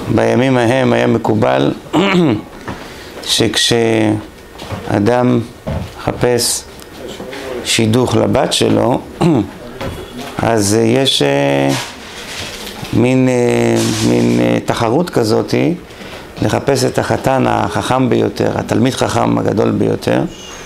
בימים ההם היה מקובל שכשאדם חפש שידוך לבת שלו, אז יש מין תחרות כזאת לחפש את החתן החכם ביותר, התלמיד חכם הגדול ביותר.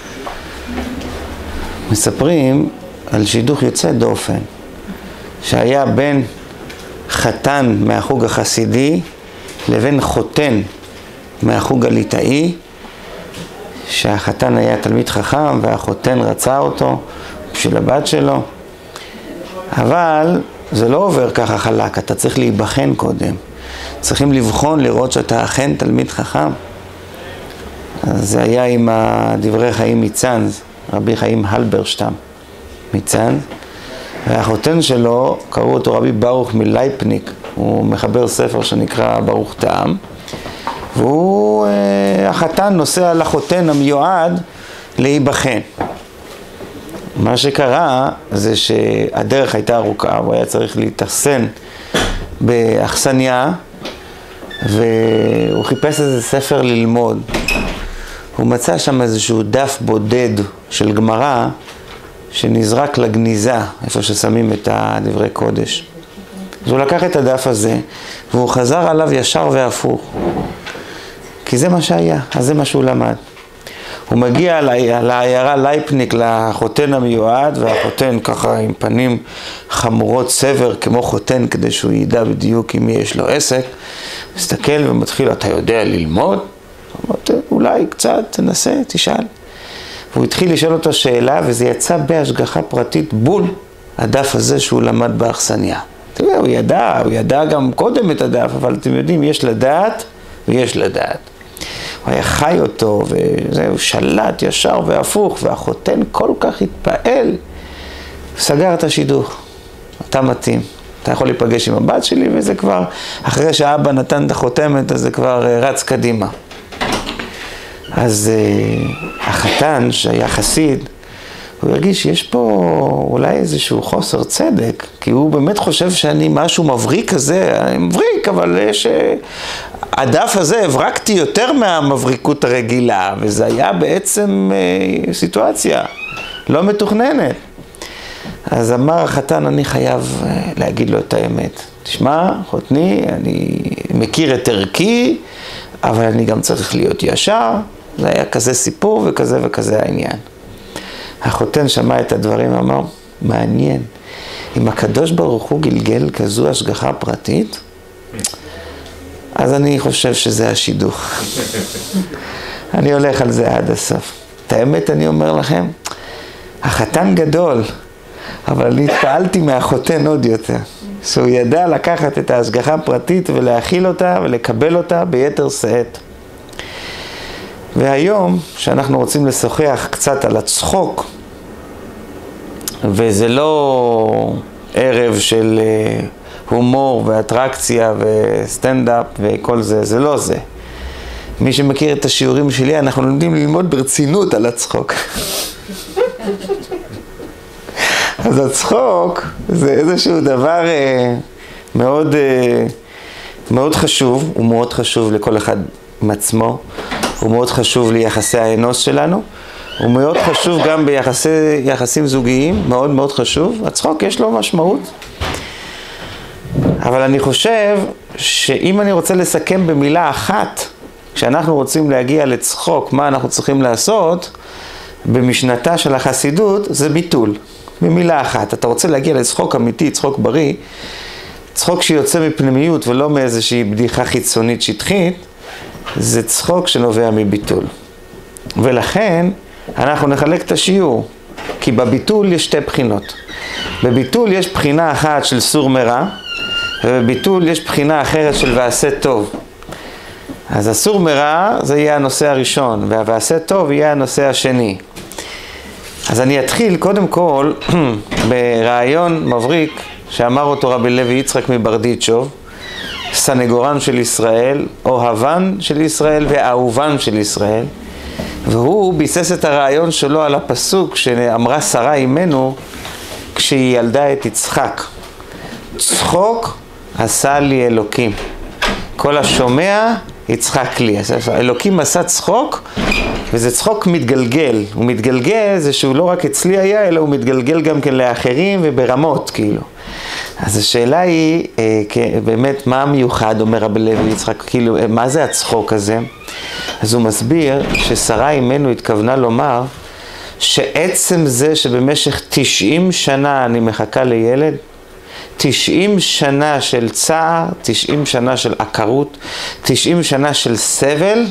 מספרים על שידוך יוצא דופן, שהיה בין חתן מהחוג החסידי לבין חותן מהחוג הליטאי, שהחתן היה תלמיד חכם והחותן רצה אותו בשביל הבת שלו. אבל זה לא עובר ככה חלק, אתה צריך להיבחן קודם. צריכים לבחון, לראות שאתה אכן תלמיד חכם. אז זה היה עם דברי חיים מצאנז, רבי חיים הלברשטם מצאנז. והחותן שלו, קראו אותו רבי ברוך מלייפניק, הוא מחבר ספר שנקרא ברוך טעם. והוא, החתן נוסע לחותן המיועד להיבחן. מה שקרה זה שהדרך הייתה ארוכה, הוא היה צריך להתאכסן באכסניה, והוא חיפש איזה ספר ללמוד. הוא מצא שם איזשהו דף בודד של גמרא, שנזרק לגניזה, איפה ששמים את דברי קודש. אז הוא לקח את הדף הזה, והוא חזר עליו ישר והפוך. כי זה מה שהיה, אז זה מה שהוא למד. הוא מגיע לעיירה לייפניק, לחותן המיועד, והחותן ככה עם פנים חמורות סבר כמו חותן, כדי שהוא ידע בדיוק עם מי יש לו עסק. מסתכל ומתחיל, אתה יודע ללמוד? אולי קצת, תנסה, תשאל. והוא התחיל לשאול אותו שאלה, וזה יצא בהשגחה פרטית בול הדף הזה שהוא למד באכסניה. תראה, הוא ידע גם קודם את הדף, אבל אתם יודעים, יש לדעת ויש לדעת. הוא היה חי אותו, הוא שלט ישר והפוך, והחותן כל כך התפעל, סגר את השידוך. אתה מתאים, אתה יכול להיפגש עם הבת שלי, וזה כבר, אחרי שהאבא נתן את החותמת, אז זה כבר רץ קדימה. אז החתן שהיה חסיד, הוא הרגיש שיש פה אולי איזשהו חוסר צדק, כי הוא באמת חושב שאני משהו מבריק כזה, אני מבריק, אבל יש... הדף הזה הברקתי יותר מהמבריקות הרגילה, וזה היה בעצם סיטואציה לא מתוכננת. אז אמר החתן, אני חייב להגיד לו את האמת. תשמע, חותני, אני מכיר את ערכי, אבל אני גם צריך להיות ישר. זה היה כזה סיפור וכזה וכזה העניין. החותן שמע את הדברים, אמר, מעניין, אם הקדוש ברוך הוא גלגל כזו השגחה פרטית, אז אני חושב שזה השידוך. אני הולך על זה עד הסוף. את האמת אני אומר לכם, החתן גדול, אבל אני התפעלתי מהחותן עוד יותר. שהוא ידע לקחת את ההשגחה הפרטית ולהכיל אותה ולקבל אותה ביתר שאת. והיום, שאנחנו רוצים לשוחח קצת על הצחוק, וזה לא ערב של הומור ואטרקציה וסטנדאפ וכל זה, זה לא זה. מי שמכיר את השיעורים שלי, אנחנו לומדים ללמוד ברצינות על הצחוק. אז הצחוק זה איזשהו דבר מאוד, מאוד חשוב, הוא מאוד חשוב לכל אחד עם עצמו, הוא מאוד חשוב ליחסי האנוש שלנו, הוא מאוד חשוב גם ביחסים זוגיים, מאוד מאוד חשוב. הצחוק יש לו משמעות. אבל אני חושב שאם אני רוצה לסכם במילה אחת, כשאנחנו רוצים להגיע לצחוק, מה אנחנו צריכים לעשות, במשנתה של החסידות, זה ביטול. במילה אחת. אתה רוצה להגיע לצחוק אמיתי, צחוק בריא, צחוק שיוצא מפנימיות ולא מאיזושהי בדיחה חיצונית שטחית, זה צחוק שנובע מביטול. ולכן אנחנו נחלק את השיעור, כי בביטול יש שתי בחינות. בביטול יש בחינה אחת של סור מרע, ובביטול יש בחינה אחרת של ועשה טוב. אז הסור מרע זה יהיה הנושא הראשון, והעשה טוב יהיה הנושא השני. אז אני אתחיל קודם כל ברעיון מבריק שאמר אותו רבי לוי יצחק מברדיצ'וב, סנגורן של ישראל, אוהבן של ישראל ואהובן של ישראל, והוא ביסס את הרעיון שלו על הפסוק שאמרה שרה אימנו כשהיא ילדה את יצחק. צחוק עשה לי אלוקים. כל השומע יצחק לי. אלוקים עשה צחוק, וזה צחוק מתגלגל. הוא מתגלגל, זה שהוא לא רק אצלי היה, אלא הוא מתגלגל גם כן לאחרים וברמות, כאילו. אז השאלה היא, באמת, מה המיוחד, אומר רבי לוי יצחק, כאילו, מה זה הצחוק הזה? אז הוא מסביר ששרה אימנו התכוונה לומר, שעצם זה שבמשך 90 שנה אני מחכה לילד, 90 שנה של צער, 90 שנה של עקרות, 90 שנה של סבל,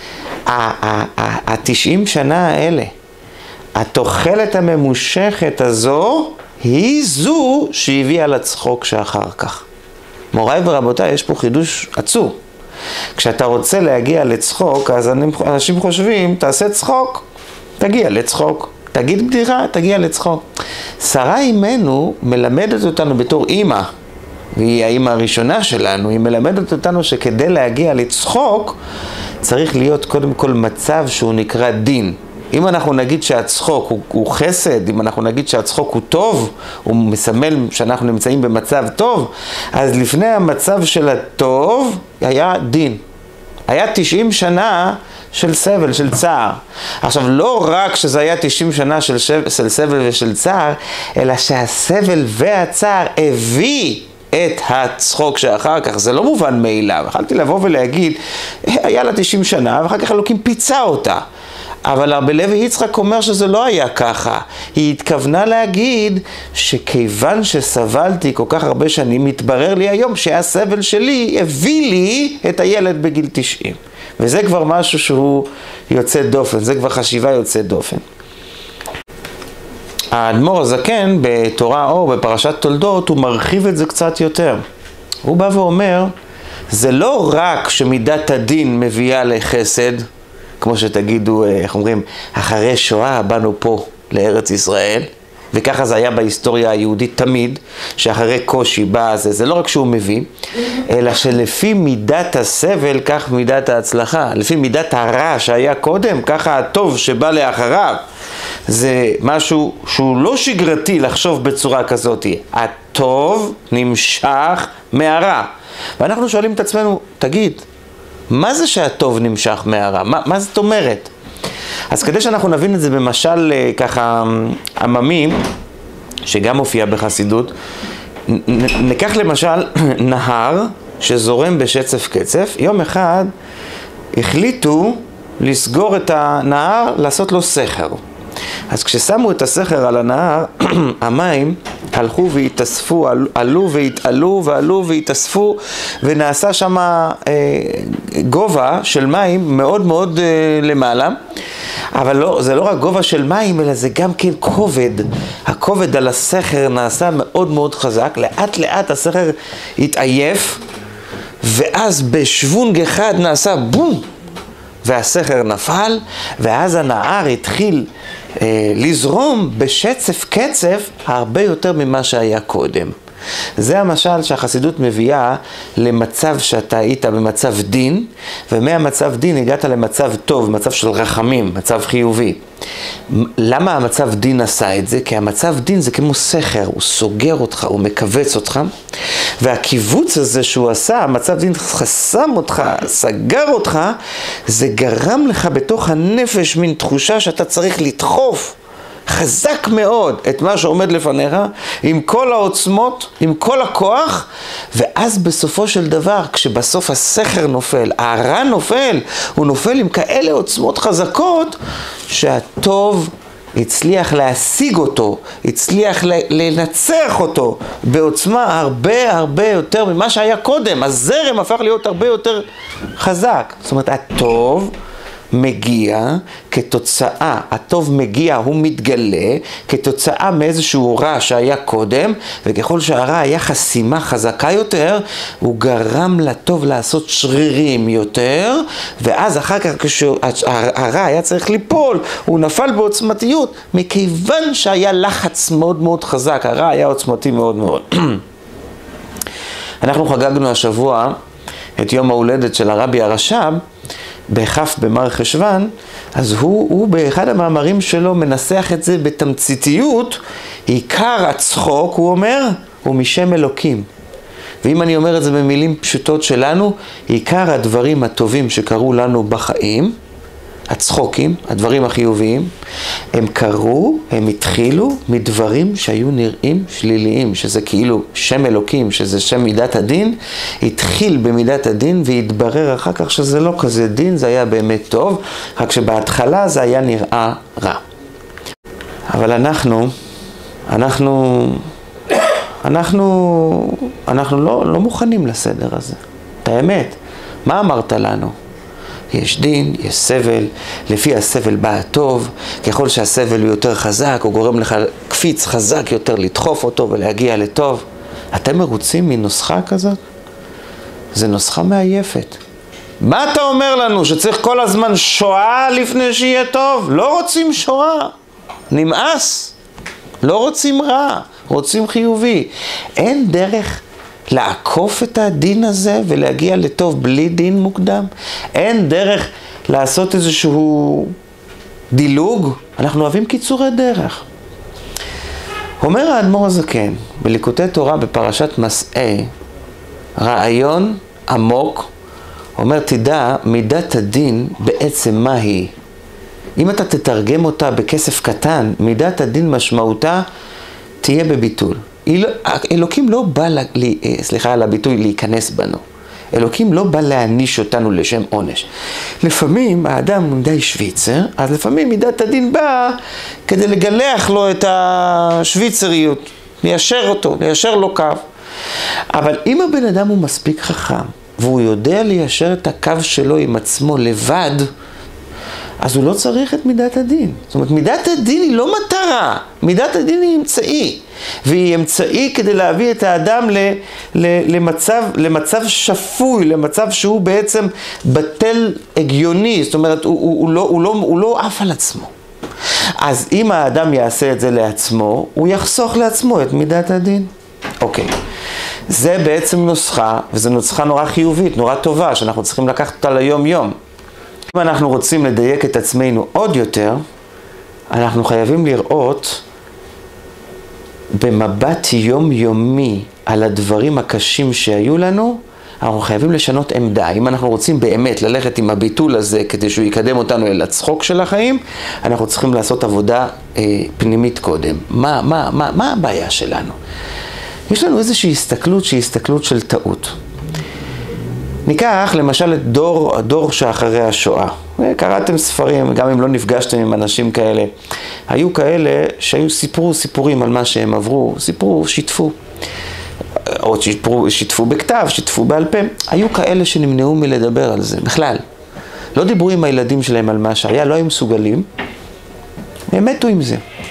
ה-90 שנה האלה, התוחלת הממושכת הזו, היא זו שהביאה לצחוק שאחר כך. מוריי ורבותיי, יש פה חידוש עצום. כשאתה רוצה להגיע לצחוק, אז אנשים חושבים, תעשה צחוק, תגיע לצחוק. תגיד בדיחה, תגיע לצחוק. שרה אימנו מלמדת אותנו בתור אימא, והיא האימא הראשונה שלנו, היא מלמדת אותנו שכדי להגיע לצחוק, צריך להיות קודם כל מצב שהוא נקרא דין. אם אנחנו נגיד שהצחוק הוא חסד, אם אנחנו נגיד שהצחוק הוא טוב, הוא מסמל שאנחנו נמצאים במצב טוב, אז לפני המצב של הטוב היה דין. היה 90 שנה של סבל, של צער. עכשיו, לא רק שזה היה 90 שנה של סבל ושל צער, אלא שהסבל והצער הביא את הצחוק שאחר כך. זה לא מובן מאליו. יכולתי לבוא ולהגיד, היה לה 90 שנה, ואחר כך אלוקים פיצה אותה. אבל רבי לוי יצחק אומר שזה לא היה ככה. היא התכוונה להגיד שכיוון שסבלתי כל כך הרבה שנים, מתברר לי היום שהסבל שלי הביא לי את הילד בגיל 90. וזה כבר משהו שהוא יוצא דופן, זה כבר חשיבה יוצא דופן. האדמו"ר הזקן בתורה אור, בפרשת תולדות, הוא מרחיב את זה קצת יותר. הוא בא ואומר, זה לא רק שמידת הדין מביאה לחסד, כמו שתגידו, איך אומרים, אחרי שואה באנו פה לארץ ישראל, וככה זה היה בהיסטוריה היהודית תמיד, שאחרי קושי בא זה לא רק שהוא מביא, אלא שלפי מידת הסבל, כך מידת ההצלחה. לפי מידת הרע שהיה קודם, ככה הטוב שבא לאחריו. זה משהו שהוא לא שגרתי לחשוב בצורה כזאת. הטוב נמשך מהרע. ואנחנו שואלים את עצמנו, תגיד, מה זה שהטוב נמשך מהרע? מה זאת אומרת? אז כדי שאנחנו נבין את זה במשל ככה עממי, שגם מופיע בחסידות, ניקח למשל נהר שזורם בשצף קצף. יום אחד החליטו לסגור את הנהר, לעשות לו סכר. אז כששמו את הסכר על הנהר, המים הלכו והתאספו, עלו והתעלו ועלו והתאספו, ונעשה שם גובה של מים מאוד מאוד למעלה. אבל לא, זה לא רק גובה של מים, אלא זה גם כן כובד. הכובד על הסכר נעשה מאוד מאוד חזק. לאט לאט הסכר התעייף, ואז בשוונג אחד נעשה בום, והסכר נפל, ואז הנהר התחיל לזרום בשצף קצף הרבה יותר ממה שהיה קודם. זה המשל שהחסידות מביאה למצב שאתה היית במצב דין, ומהמצב דין הגעת למצב טוב, מצב של רחמים, מצב חיובי. למה המצב דין עשה את זה? כי המצב דין זה כמו סכר, הוא סוגר אותך, הוא מקבץ אותך, והקיבוץ הזה שהוא עשה, המצב דין חסם אותך, סגר אותך, זה גרם לך בתוך הנפש מין תחושה שאתה צריך לדחוף חזק מאוד את מה שעומד לפניך, עם כל העוצמות, עם כל הכוח, ואז בסופו של דבר, כשבסוף הסכר נופל, הרע נופל, הוא נופל עם כאלה עוצמות חזקות, שהטוב הצליח להשיג אותו, הצליח לנצח אותו, בעוצמה הרבה הרבה יותר ממה שהיה קודם. הזרם הפך להיות הרבה יותר חזק. זאת אומרת, הטוב מגיע כתוצאה, הטוב מגיע, הוא מתגלה כתוצאה מאיזשהו רע שהיה קודם, וככל שהרע היה חסימה חזקה יותר, הוא גרם לטוב לעשות שרירים יותר, ואז אחר כך כשהרע היה צריך ליפול, הוא נפל בעוצמתיות, מכיוון שהיה לחץ מאוד מאוד חזק, הרע היה עוצמתי מאוד מאוד. אנחנו חגגנו השבוע את יום ההולדת של הרבי הרש"ב, בכף במר חשוון, אז הוא באחד המאמרים שלו מנסח את זה בתמציתיות. עיקר הצחוק, הוא אומר, הוא משם אלוקים. ואם אני אומר את זה במילים פשוטות שלנו, עיקר הדברים הטובים שקרו לנו בחיים, הצחוקים, הדברים החיוביים, הם קרו, הם התחילו מדברים שהיו נראים שליליים, שזה כאילו שם אלוקים, שזה שם מידת הדין, התחיל במידת הדין והתברר אחר כך שזה לא כזה דין, זה היה באמת טוב, רק שבהתחלה זה היה נראה רע. אבל אנחנו לא מוכנים לסדר הזה. את האמת, מה אמרת לנו? יש דין, יש סבל, לפי הסבל בא הטוב, ככל שהסבל הוא יותר חזק, הוא גורם לך קפיץ חזק יותר לדחוף אותו ולהגיע לטוב. אתם מרוצים מנוסחה כזאת? זה נוסחה מעייפת. מה אתה אומר לנו? שצריך כל הזמן שואה לפני שיהיה טוב? לא רוצים שואה, נמאס. לא רוצים רע, רוצים חיובי. אין דרך לעקוף את הדין הזה ולהגיע לטוב בלי דין מוקדם. אין דרך לעשות איזשהו דילוג. אנחנו אוהבים קיצורי דרך. אומר האדמו"ר הזקן בליקוטי תורה בפרשת מסעי, רעיון עמוק, אומר תדע מידת הדין בעצם מה היא. אם אתה תתרגם אותה בכסף קטן, מידת הדין משמעותה תהיה בביטול. אלוקים לא בא, סליחה על הביטוי, להיכנס בנו. אלוקים לא בא להעניש אותנו לשם עונש. לפעמים האדם הוא די שוויצר, אז לפעמים מידת הדין באה כדי לגלח לו את השוויצריות, ליישר לו קו. אבל אם הבן אדם הוא מספיק חכם, והוא יודע ליישר את הקו שלו עם עצמו לבד, אז הוא לא צריך את מידת הדין. זאת אומרת, מידת הדין היא לא מטרה, מידת הדין היא אמצעי. והיא אמצעי כדי להביא את האדם למצב שפוי, למצב שהוא בעצם בטל הגיוני. זאת אומרת, הוא לא עף על עצמו. אז אם האדם יעשה את זה לעצמו, הוא יחסוך לעצמו את מידת הדין. אוקיי. זה בעצם נוסחה, וזו נוסחה נורא חיובית, נורא טובה, שאנחנו צריכים לקחת אותה ליום יום. אם אנחנו רוצים לדייק את עצמנו עוד יותר, אנחנו חייבים לראות במבט יומיומי על הדברים הקשים שהיו לנו, אנחנו חייבים לשנות עמדה. אם אנחנו רוצים באמת ללכת עם הביטול הזה כדי שהוא יקדם אותנו אל הצחוק של החיים, אנחנו צריכים לעשות עבודה פנימית קודם. מה הבעיה שלנו? יש לנו איזושהי הסתכלות שהיא הסתכלות של טעות. ניקח למשל את הדור שאחרי השואה. קראתם ספרים, גם אם לא נפגשתם עם אנשים כאלה. היו כאלה שהיו סיפורים על מה שהם עברו, שיתפו. או שיתפו בכתב, שיתפו בעל פה. היו כאלה שנמנעו מלדבר על זה, בכלל. לא דיברו עם הילדים שלהם על מה שהיה, לא היו מסוגלים. הם מתו עם זה.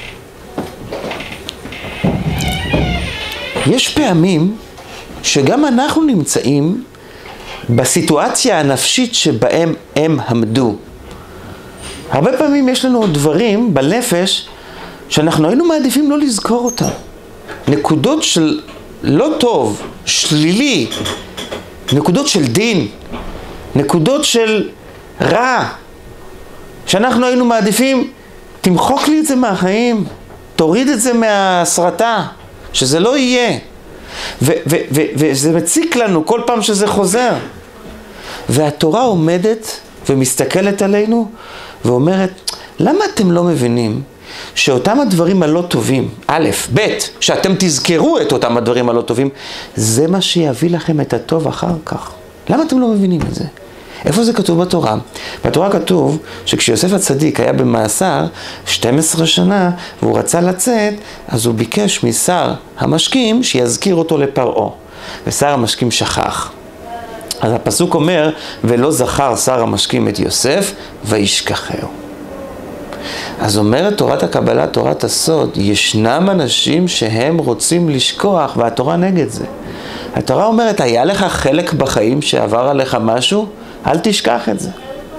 יש פעמים שגם אנחנו נמצאים בסיטואציה הנפשית שבהם הם עמדו. הרבה פעמים יש לנו דברים בנפש שאנחנו היינו מעדיפים לא לזכור אותם. נקודות של לא טוב, שלילי, נקודות של דין, נקודות של רע, שאנחנו היינו מעדיפים, תמחוק לי את זה מהחיים, תוריד את זה מהסרטה, שזה לא יהיה. וזה מציק לנו כל פעם שזה חוזר. והתורה עומדת ומסתכלת עלינו ואומרת, למה אתם לא מבינים שאותם הדברים הלא טובים, א', ב', שאתם תזכרו את אותם הדברים הלא טובים, זה מה שיביא לכם את הטוב אחר כך. למה אתם לא מבינים את זה? איפה זה כתוב בתורה? בתורה כתוב שכשיוסף הצדיק היה במאסר 12 שנה והוא רצה לצאת, אז הוא ביקש משר המשקים שיזכיר אותו לפרעה. ושר המשקים שכח. אז הפסוק אומר, ולא זכר שר המשקים את יוסף וישכחהו. אז אומרת תורת הקבלה, תורת הסוד, ישנם אנשים שהם רוצים לשכוח והתורה נגד זה. התורה אומרת, היה לך חלק בחיים שעבר עליך משהו? אל תשכח את זה.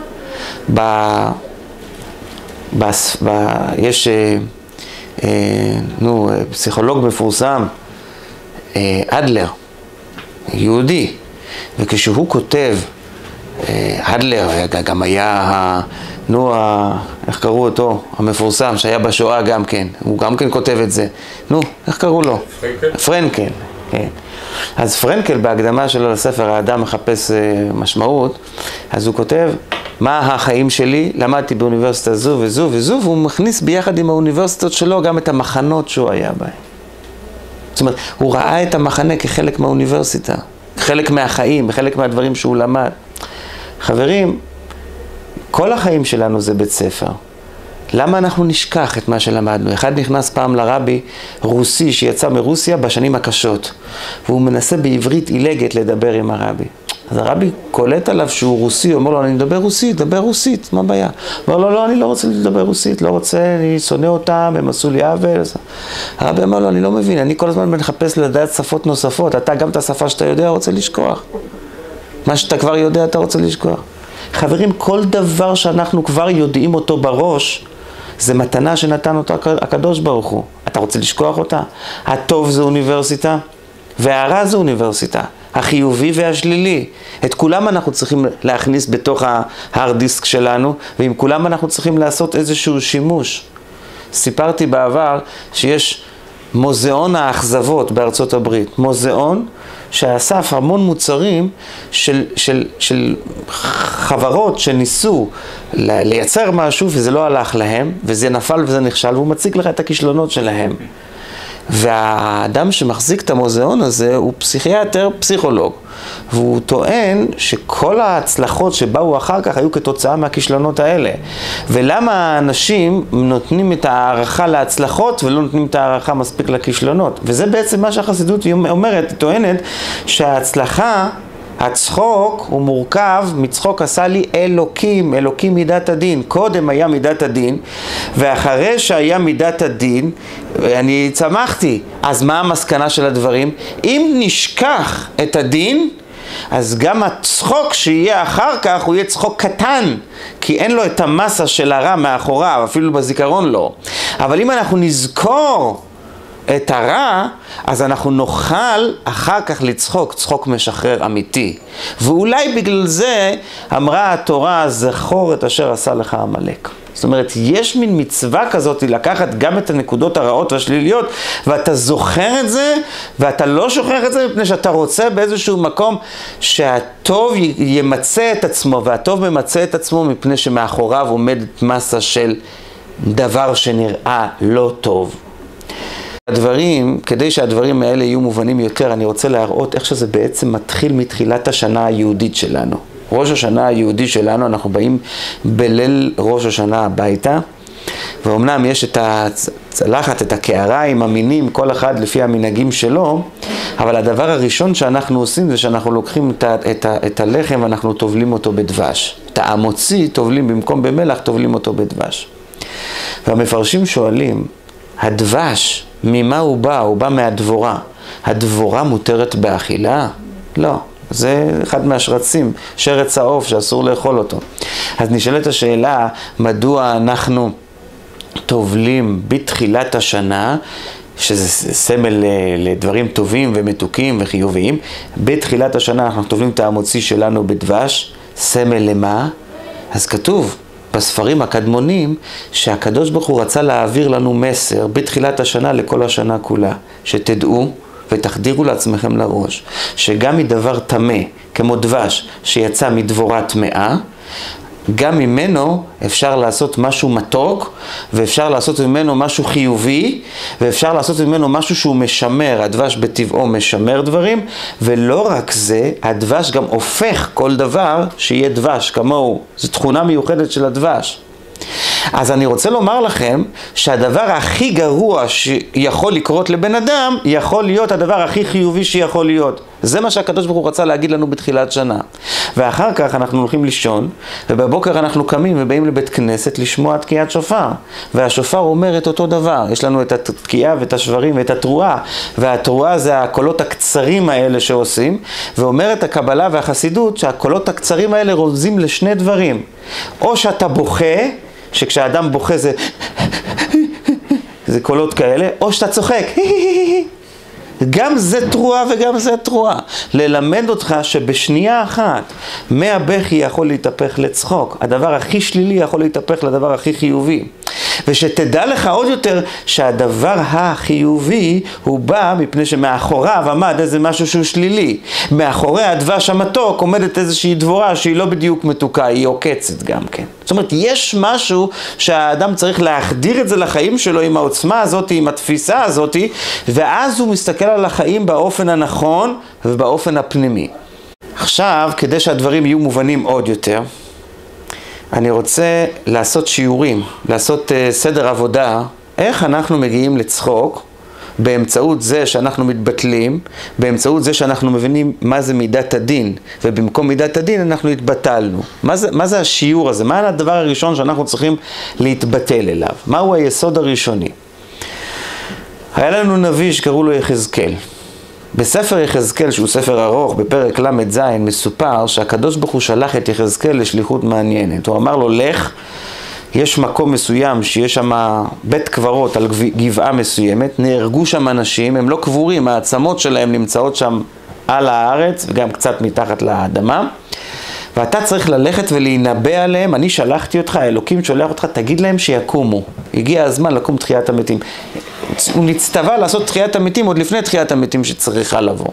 יש פסיכולוג מפורסם, אדלר, יהודי, וכשהוא כותב, אדלר גם היה, איך קראו אותו, המפורסם שהיה בשואה גם כן, הוא גם כן כותב את זה, איך קראו לו? פרנקל. כן. אז פרנקל בהקדמה שלו לספר האדם מחפש משמעות, אז הוא כותב, מה החיים שלי? למדתי באוניברסיטה זו וזו וזו, והוא מכניס ביחד עם האוניברסיטות שלו גם את המחנות שהוא היה בהן. זאת אומרת, הוא ראה את המחנה כחלק מהאוניברסיטה, חלק מהחיים, חלק מהדברים שהוא למד. חברים, כל החיים שלנו זה בית ספר. למה אנחנו נשכח את מה שלמדנו? אחד נכנס פעם לרבי רוסי שיצא מרוסיה בשנים הקשות, והוא מנסה בעברית עילגת לדבר עם הרבי. אז הרבי קולט עליו שהוא רוסי, הוא אומר לו, אני מדבר רוסית, דבר רוסית, מה הבעיה? הוא אומר לו, לא, אני לא רוצה לדבר רוסית, לא רוצה, אני שונא אותם, הם עשו לי עוול. הרבי אומר לו, אני לא מבין, אני כל הזמן מחפש לדעת שפות נוספות, אתה גם את השפה שאתה יודע רוצה לשכוח. מה שאתה כבר יודע אתה רוצה לשכוח. חברים, כל דבר שאנחנו כבר יודעים אותו בראש, זה מתנה שנתן אותו הקדוש ברוך הוא. אתה רוצה לשכוח אותה? הטוב זה אוניברסיטה, והרע זה אוניברסיטה. החיובי והשלילי. את כולם אנחנו צריכים להכניס בתוך ההארד דיסק שלנו, ועם כולם אנחנו צריכים לעשות איזשהו שימוש. סיפרתי בעבר שיש מוזיאון האכזבות בארצות הברית. מוזיאון שאסף המון מוצרים של חברות שניסו לייצר משהו וזה לא הלך להם, וזה נפל וזה נכשל, והוא מציג לך את הכישלונות שלהם. והאדם שמחזיק את המוזיאון הזה הוא פסיכיאטר, פסיכולוג, והוא טוען שכל ההצלחות שבאו אחר כך היו כתוצאה מהכישלונות האלה. ולמה האנשים נותנים את הערכה להצלחות ולא נותנים את הערכה מספיק לכישלונות? וזה בעצם מה שהחסידות אומרת, היא טוענת שההצלחה, הצחוק הוא מורכב, מצחוק עשה לי אלוקים, אלוקים מידת הדין. קודם היה מידת הדין, ואחרי שהיה מידת הדין, אני צמחתי. אז מה המסקנה של הדברים? אם נשכח את הדין, אז גם הצחוק שיהיה אחר כך הוא יהיה צחוק קטן, כי אין לו את המסה של הרע מאחוריו, אפילו בזיכרון לא. אבל אם אנחנו נזכור את הרע, אז אנחנו נוכל אחר כך לצחוק, צחוק משחרר אמיתי. ואולי בגלל זה אמרה התורה, זכור את אשר עשה לך עמלק. זאת אומרת, יש מין מצווה כזאת לקחת גם את הנקודות הרעות והשליליות, ואתה זוכר את זה, ואתה לא שוכח את זה, מפני שאתה רוצה באיזשהו מקום שהטוב ימצא את עצמו, והטוב ממצא את עצמו מפני שמאחוריו עומדת מסה של דבר שנראה לא טוב. הדברים, כדי שהדברים האלה יהיו מובנים יותר, אני רוצה להראות איך שזה בעצם מתחיל מתחילת השנה היהודית שלנו. ראש השנה היהודי שלנו, אנחנו באים בליל ראש השנה הביתה, ואומנם יש את הצלחת, את הקערה עם המינים, כל אחד לפי המנהגים שלו, אבל הדבר הראשון שאנחנו עושים זה שאנחנו לוקחים את הלחם ואנחנו טובלים אותו בדבש. את המוציא טובלים במקום במלח, טובלים אותו בדבש. והמפרשים שואלים, הדבש, ממה הוא בא? הוא בא מהדבורה. הדבורה מותרת באכילה? לא. זה אחד מהשרצים, שרץ העוף שאסור לאכול אותו. אז נשאלת השאלה, מדוע אנחנו טובלים בתחילת השנה, שזה סמל לדברים טובים ומתוקים וחיוביים, בתחילת השנה אנחנו טובלים את המוציא שלנו בדבש, סמל למה? אז כתוב בספרים הקדמונים שהקדוש ברוך הוא רצה להעביר לנו מסר בתחילת השנה לכל השנה כולה, שתדעו ותחדירו לעצמכם לראש, שגם מדבר טמא, כמו דבש שיצא מדבורה טמאה, גם ממנו אפשר לעשות משהו מתוק, ואפשר לעשות ממנו משהו חיובי, ואפשר לעשות ממנו משהו שהוא משמר. הדבש בטבעו משמר דברים, ולא רק זה, הדבש גם הופך כל דבר שיהיה דבש כמוהו. זו תכונה מיוחדת של הדבש. אז אני רוצה לומר לכם שהדבר הכי גרוע שיכול לקרות לבן אדם, יכול להיות הדבר הכי חיובי שיכול להיות. זה מה שהקדוש ברוך הוא רצה להגיד לנו בתחילת שנה. ואחר כך אנחנו הולכים לישון, ובבוקר אנחנו קמים ובאים לבית כנסת לשמוע תקיעת שופר. והשופר אומר את אותו דבר. יש לנו את התקיעה ואת השברים ואת התרועה. והתרועה זה הקולות הקצרים האלה שעושים. ואומרת הקבלה והחסידות שהקולות הקצרים האלה רומזים לשני דברים. או שאתה בוכה, שכשאדם בוכה זה קולות כאלה, או שאתה צוחק. גם זה תרועה וגם זה תרועה. ללמד אותך שבשנייה אחת מהבכי יכול להתהפך לצחוק. הדבר הכי שלילי יכול להתהפך לדבר הכי חיובי. ושתדע לך עוד יותר שהדבר החיובי הוא בא מפני שמאחוריו עמד איזה משהו שהוא שלילי. מאחורי הדבש המתוק עומדת איזושהי דבורה שהיא לא בדיוק מתוקה, היא עוקצת גם כן. זאת אומרת, יש משהו שהאדם צריך להחדיר את זה לחיים שלו עם העוצמה הזאת, עם התפיסה הזאת, ואז הוא מסתכל על החיים באופן הנכון ובאופן הפנימי. עכשיו, כדי שהדברים יהיו מובנים עוד יותר, אני רוצה לעשות שיעורים, לעשות סדר עבודה, איך אנחנו מגיעים לצחוק, באמצעות זה שאנחנו מתבטלים, באמצעות זה שאנחנו מבינים מה זה מידת הדין, ובמקום מידת הדין אנחנו התבטלנו. מה זה השיעור הזה? מה הדבר הראשון שאנחנו צריכים להתבטל אליו? מהו היסוד הראשוני? היה לנו נביא שקראו לו יחזקאל. בספר יחזקאל, שהוא ספר ארוך, בפרק ל"ז, מסופר שהקדוש ברוך הוא שלח את יחזקאל לשליחות מעניינת. הוא אמר לו, לך, יש מקום מסוים שיש שם בית קברות על גבעה מסוימת, נהרגו שם אנשים, הם לא קבורים, העצמות שלהם נמצאות שם על הארץ וגם קצת מתחת לאדמה, ואתה צריך ללכת ולהינבא עליהם, אני שלחתי אותך, האלוקים שולח אותך, תגיד להם שיקומו. הגיע הזמן לקום תחיית המתים. הוא נצטווה לעשות תחיית המתים עוד לפני תחיית המתים שצריכה לבוא.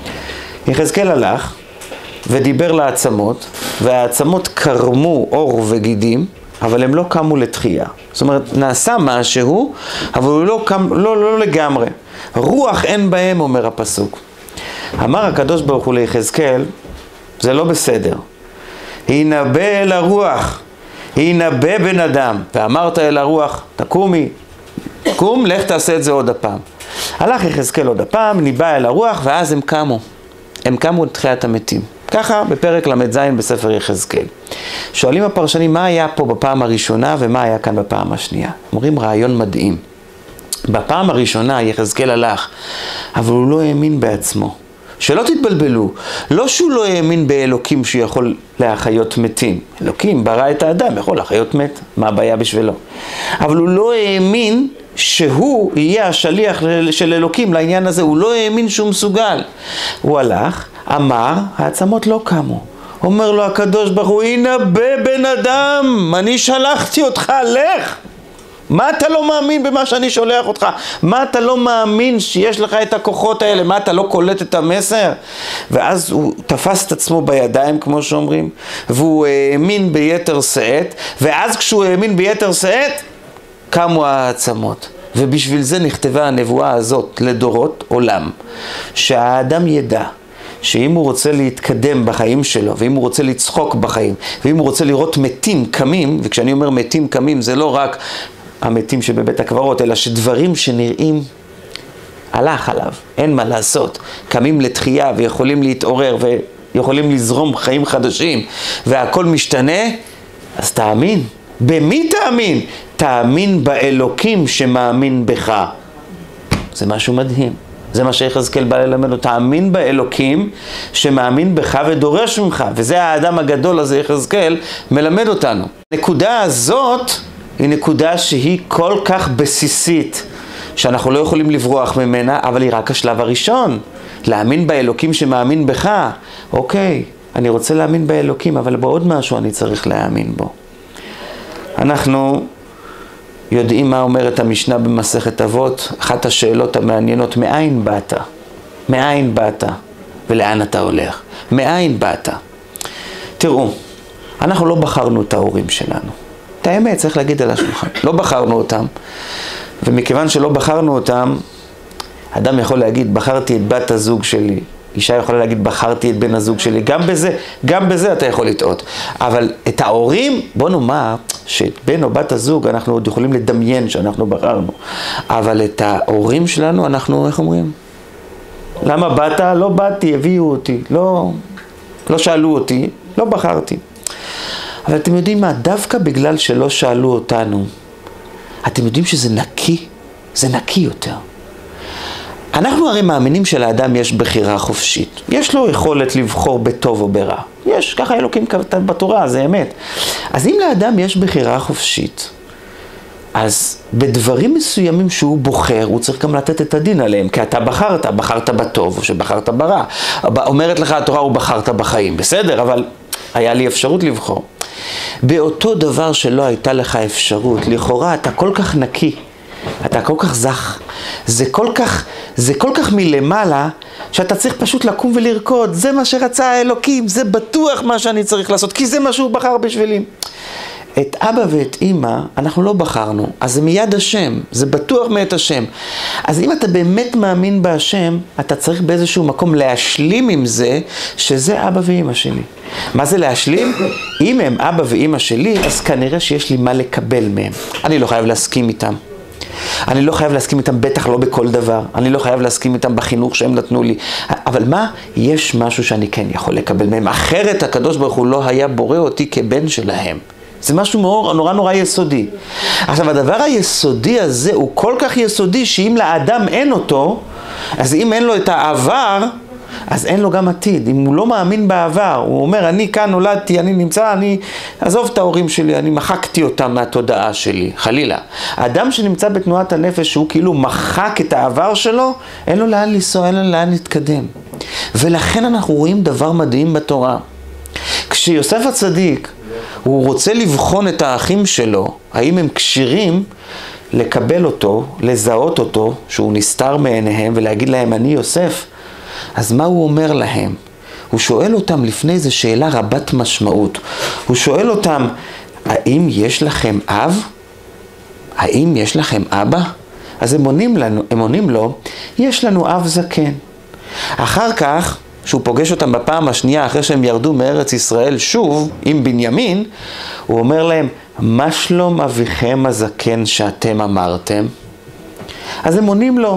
יחזקאל הלך ודיבר לעצמות, והעצמות קרמו אור וגידים, אבל הם לא קמו לתחייה. זאת אומרת, נעשה משהו, אבל הוא לא לגמרי. רוח אין בהם, אומר הפסוק. אמר הקדוש ברוך הוא ליחזקאל, זה לא בסדר. הינבא אל הרוח, הינבא בן אדם, ואמרת אל הרוח, תקומי, קום, לך תעשה את זה עוד הפעם. הלך יחזקאל עוד הפעם, ניבא אל הרוח, ואז הם קמו. הם קמו לתחיית המתים. ככה בפרק ל"ז בספר יחזקאל. שואלים הפרשנים מה היה פה בפעם הראשונה ומה היה כאן בפעם השנייה. אומרים רעיון מדהים. בפעם הראשונה יחזקאל הלך, אבל הוא לא האמין בעצמו. שלא תתבלבלו, לא שהוא לא האמין באלוקים שיכול להחיות מתים. אלוקים ברא את האדם, יכול להחיות מת, מה הבעיה בשבילו? אבל הוא לא האמין שהוא יהיה השליח של אלוקים לעניין הזה, הוא לא האמין שהוא מסוגל. הוא הלך, אמר, העצמות לא קמו. אומר לו הקדוש ברוך הוא, הינבא בן אדם, אני שלחתי אותך, לך. מה אתה לא מאמין במה שאני שולח אותך? מה אתה לא מאמין שיש לך את הכוחות האלה? מה אתה לא קולט את המסר? ואז הוא תפס את עצמו בידיים, כמו שאומרים, והוא האמין ביתר שאת, ואז כשהוא האמין ביתר שאת, קמו העצמות. ובשביל זה נכתבה הנבואה הזאת לדורות עולם, שהאדם ידע שאם הוא רוצה להתקדם בחיים שלו, ואם הוא רוצה לצחוק בחיים, ואם הוא רוצה לראות מתים קמים, וכשאני אומר מתים קמים זה לא רק המתים שבבית הקברות, אלא שדברים שנראים הלך עליו, אין מה לעשות, קמים לתחייה ויכולים להתעורר ויכולים לזרום חיים חדשים, והכל משתנה, אז תאמין. במי תאמין? תאמין באלוקים שמאמין בך. זה משהו מדהים. זה מה שיחזקאל בא ללמד, תאמין באלוקים שמאמין בך ודורש ממך, וזה האדם הגדול הזה יחזקאל מלמד אותנו. הנקודה הזאת היא נקודה שהיא כל כך בסיסית, שאנחנו לא יכולים לברוח ממנה, אבל היא רק השלב הראשון. להאמין באלוקים שמאמין בך. אוקיי, אני רוצה להאמין באלוקים, אבל בעוד משהו אני צריך להאמין בו. אנחנו יודעים מה אומרת המשנה במסכת אבות, אחת השאלות המעניינות, מאין באת? מאין באת? ולאן אתה הולך? מאין באת? תראו, אנחנו לא בחרנו את ההורים שלנו. את האמת צריך להגיד על השולחן. לא בחרנו אותם, ומכיוון שלא בחרנו אותם, אדם יכול להגיד, בחרתי את בת הזוג שלי. אישה יכולה להגיד, בחרתי את בן הזוג שלי. גם בזה אתה יכול לטעות. אבל את ההורים, בוא נאמר, שאת בן או בת הזוג אנחנו עוד יכולים לדמיין שאנחנו בחרנו. אבל את ההורים שלנו אנחנו, איך אומרים? למה באת? לא באתי, הביאו אותי. לא שאלו אותי, לא בחרתי. אבל אתם יודעים מה? דווקא בגלל שלא שאלו אותנו, אתם יודעים שזה נקי? זה נקי יותר. אנחנו הרי מאמינים שלאדם יש בחירה חופשית. יש לו יכולת לבחור בטוב או ברע. יש, ככה אלוקים כתב בתורה, זה אמת. אז אם לאדם יש בחירה חופשית, אז בדברים מסוימים שהוא בוחר, הוא צריך גם לתת את הדין עליהם, כי אתה בחרת בטוב או שבחרת ברע. אומרת לך התורה, הוא בחרת בחיים, בסדר, אבל היה לי אפשרות לבחור. באותו דבר שלא הייתה לך אפשרות, לכאורה אתה כל כך נקי, אתה כל כך זך, זה כל כך מלמעלה, שאתה צריך פשוט לקום ולרקוד, זה מה שרצה האלוקים, זה בטוח מה שאני צריך לעשות, כי זה מה שהוא בחר בשבילי. את אבא ואת אמא אנחנו לא בחרנו, אז זה מיד השם, זה בטוח מאת השם. אז אם אתה באמת מאמין בהשם, אתה צריך באיזשהו מקום להשלים עם זה, שזה אבא ואמא שלי. מה זה להשלים? אם הם אבא ואמא שלי, אז כנראה שיש לי מה לקבל מהם. אני לא חייב להסכים איתם. אני לא חייב להסכים איתם, בטח לא בכל דבר. אני לא חייב להסכים איתם בחינוך שהם נתנו לי. אבל מה? יש משהו שאני כן יכול לקבל מהם. אחרת הקדוש ברוך הוא לא היה בורא אותי כבן שלהם. זה משהו נורא יסודי. עכשיו, הדבר היסודי הזה הוא כל כך יסודי שאם לאדם אין אותו, אז אם אין לו את העבר, אז אין לו גם עתיד. אם הוא לא מאמין בעבר, הוא אומר, אני כאן נולדתי, אני נמצא, אני עזוב את ההורים שלי, אני מחקתי אותם מהתודעה שלי, חלילה. האדם שנמצא בתנועת הנפש, שהוא כאילו מחק את העבר שלו, אין לו לאן לנסוע, אין לו לאן להתקדם. ולכן אנחנו רואים דבר מדהים בתורה. כשיוסף הצדיק, הוא רוצה לבחון את האחים שלו, האם הם כשירים לקבל אותו, לזהות אותו, שהוא נסתר מעיניהם, ולהגיד להם, אני יוסף. אז מה הוא אומר להם? הוא שואל אותם לפני איזו שאלה רבת משמעות. הוא שואל אותם, האם יש לכם אב? האם יש לכם אבא? אז הם עונים לו, יש לנו אב זקן. אחר כך, שהוא פוגש אותם בפעם השנייה, אחרי שהם ירדו מארץ ישראל שוב, עם בנימין, הוא אומר להם, מה שלום אביכם הזקן שאתם אמרתם? אז הם עונים לו.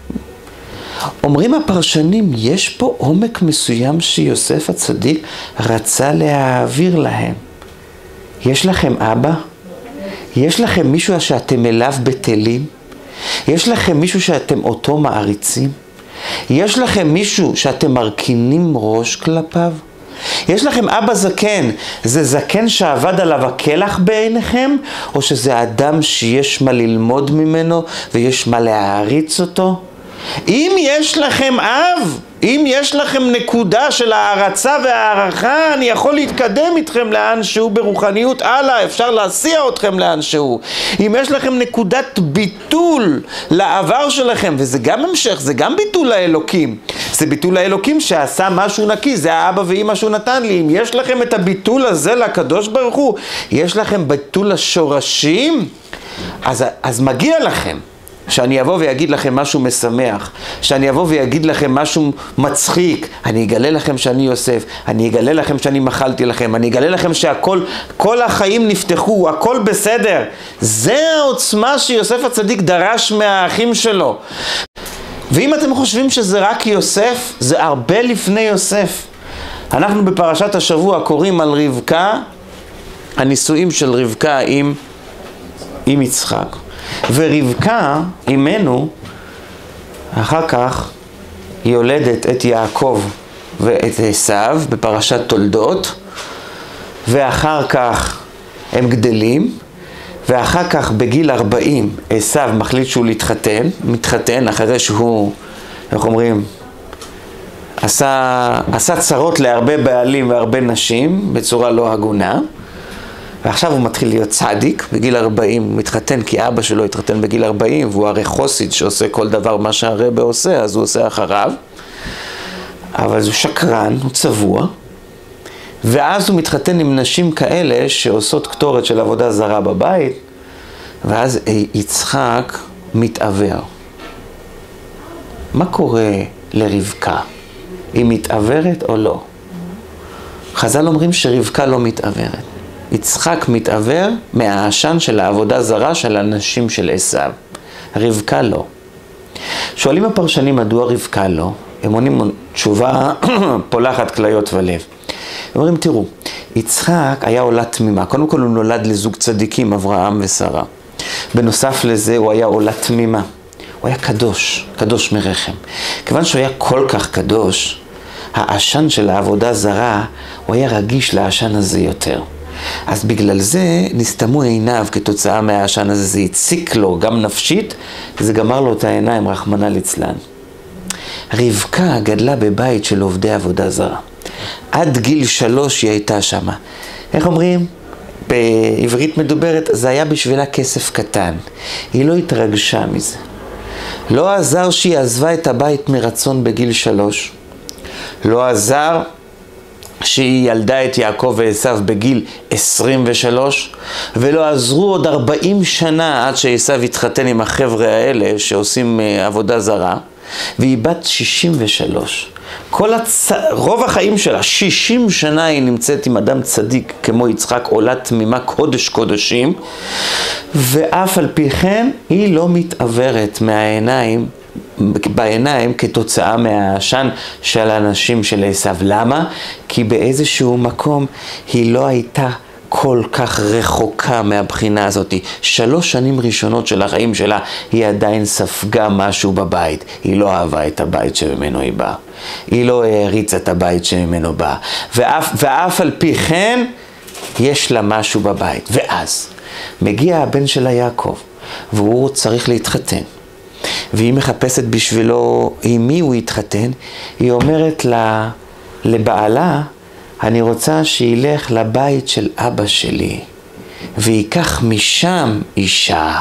אומרים הפרשנים, יש פה עומק מסוים שיוסף הצדיק רצה להעביר להם. יש לכם אבא? יש לכם מישהו שאתם אליו בטלים? יש לכם מישהו שאתם אותו מעריצים? יש לכם מישהו שאתם מרכינים ראש כלפיו? יש לכם אבא זקן, זה זקן שעבד עליו הכלח בעיניכם? או שזה אדם שיש מה ללמוד ממנו ויש מה להעריץ אותו? אם יש לכם אב, אם יש לכם נקודה של הערצה והערכה, אני יכול להתקדם איתכם לאן שהוא ברוחניות, הלאה, אפשר להסיע אתכם לאן שהוא. אם יש לכם נקודת ביטול לעבר שלכם, וזה גם המשך, זה גם ביטול לאלוקים. זה ביטול לאלוקים שעשה משהו נקי, זה האבא ואמא שהוא נתן לי. אם יש לכם את הביטול הזה לקדוש ברוך הוא, יש לכם ביטול לשורשים, אז מגיע לכם. שאני אבוא ויגיד לכם משהו משמח, שאני אבוא ויגיד לכם משהו מצחיק, אני אגלה לכם שאני יוסף, אני אגלה לכם שאני מחלתי לכם, אני אגלה לכם שהכל, כל החיים נפתחו, הכל בסדר. זה העוצמה שיוסף הצדיק דרש מהאחים שלו. ואם אתם חושבים שזה רק יוסף, זה הרבה לפני יוסף. אנחנו בפרשת השבוע קוראים על רבקה, הנישואים של רבקה עם יצחק. ורבקה, אמנו, אחר כך היא יולדת את יעקב ואת עשיו בפרשת תולדות, ואחר כך הם גדלים, ואחר כך בגיל 40 עשיו מחליט שהוא מתחתן אחרי שהוא, איך אומרים, עשה צרות להרבה בעלים והרבה נשים בצורה לא הגונה, ועכשיו הוא מתחיל להיות צדיק, בגיל 40 הוא מתחתן כי אבא שלו התחתן בגיל 40, והוא הרי חוסיד שעושה כל דבר מה שהרבא עושה, אז הוא עושה אחריו. אבל הוא שקרן, הוא צבוע, ואז הוא מתחתן עם נשים כאלה שעושות קטורת של עבודה זרה בבית, ואז יצחק מתעבר. מה קורה לרבקה? היא מתעברת או לא? חז"ל אומרים שרבקה לא מתעברת. יצחק מתעבר מהעשן של העבודה זרה של הנשים של עשיו. רבקה לא. שואלים הפרשנים מדוע רבקה לא? הם עונים תשובה פולחת כליות ולב. הם אומרים, תראו, יצחק היה עולה תמימה. קודם כל הוא נולד לזוג צדיקים, אברהם ושרה. בנוסף לזה הוא היה עולה תמימה. הוא היה קדוש, קדוש מרחם. כיוון שהוא היה כל כך קדוש, העשן של העבודה זרה, הוא היה רגיש לעשן הזה יותר. אז בגלל זה נסתמו עיניו כתוצאה מהעשן הזה, זה הציק לו גם נפשית, זה גמר לו את העיניים, רחמנא ליצלן. רבקה גדלה בבית של עובדי עבודה זרה. עד גיל 3 היא הייתה שמה. איך אומרים? בעברית מדוברת, זה היה בשבילה כסף קטן. היא לא התרגשה מזה. לא עזר שהיא עזבה את הבית מרצון בגיל 3. לא עזר שהיא ילדה את יעקב ועשיו בגיל 23, ולא עזרו עוד 40 שנה עד שעשיו התחתן עם החבר'ה האלה שעושים עבודה זרה, והיא בת 63. רוב החיים שלה, 60 שנה היא נמצאת עם אדם צדיק כמו יצחק, עולה תמימה קודש קודשים, ואף על פי כן היא לא מתעוורת בעיניים כתוצאה מהעשן של האנשים של עשיו. למה? כי באיזשהו מקום היא לא הייתה כל כך רחוקה מהבחינה הזאת. 3 שנים ראשונות של החיים שלה היא עדיין ספגה משהו בבית. היא לא אהבה את הבית שממנו היא באה. היא לא העריצה את הבית שממנו באה. ואף על פי כן יש לה משהו בבית. ואז מגיע הבן שלה יעקב, והוא צריך להתחתן. והיא מחפשת בשבילו עם מי הוא יתחתן. היא אומרת לבעלה, אני רוצה שילך לבית של אבא שלי, ויקח משם אישה.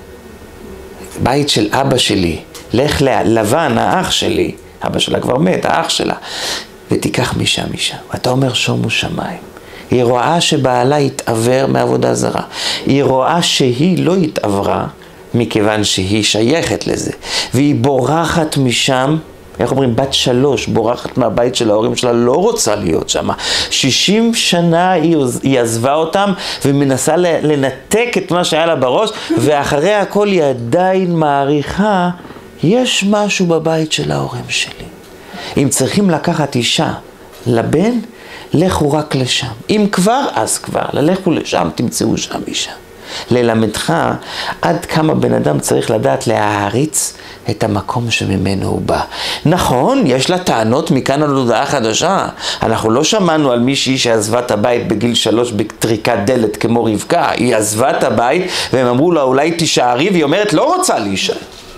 בית של אבא שלי, לך ללבן, האח שלי, אבא שלה כבר מת, האח שלה, ותיקח משם אישה. ואתה אומר שומו שמיים. היא רואה שבעלה התעבר מעבודה זרה. היא רואה שהיא לא התעברה, מכיוון שהיא שייכת לזה. והיא בורחת משם, איך אומרים, בת 3, בורחת מהבית של ההורים שלה, לא רוצה להיות שם. 60 שנה היא עזבה אותם, ומנסה לנתק את מה שהיה לה בראש, ואחרי הכל היא עדיין מעריכה, יש משהו בבית של ההורים שלי. אם צריכים לקחת אישה לבן, לכו רק לשם. אם כבר, אז כבר. ללכו לשם, תמצאו שם אישה. ללמדך עד כמה בן אדם צריך לדעת להעריץ את המקום שממנו הוא בא. נכון, יש לה טענות מכאן על הודעה חדשה. אנחנו לא שמענו על מישהי שעזבה את הבית בגיל 3 בטריקת דלת כמו רבקה. היא עזבה את הבית והם אמרו לה אולי תישארי, והיא אומרת לא רוצה להישאר.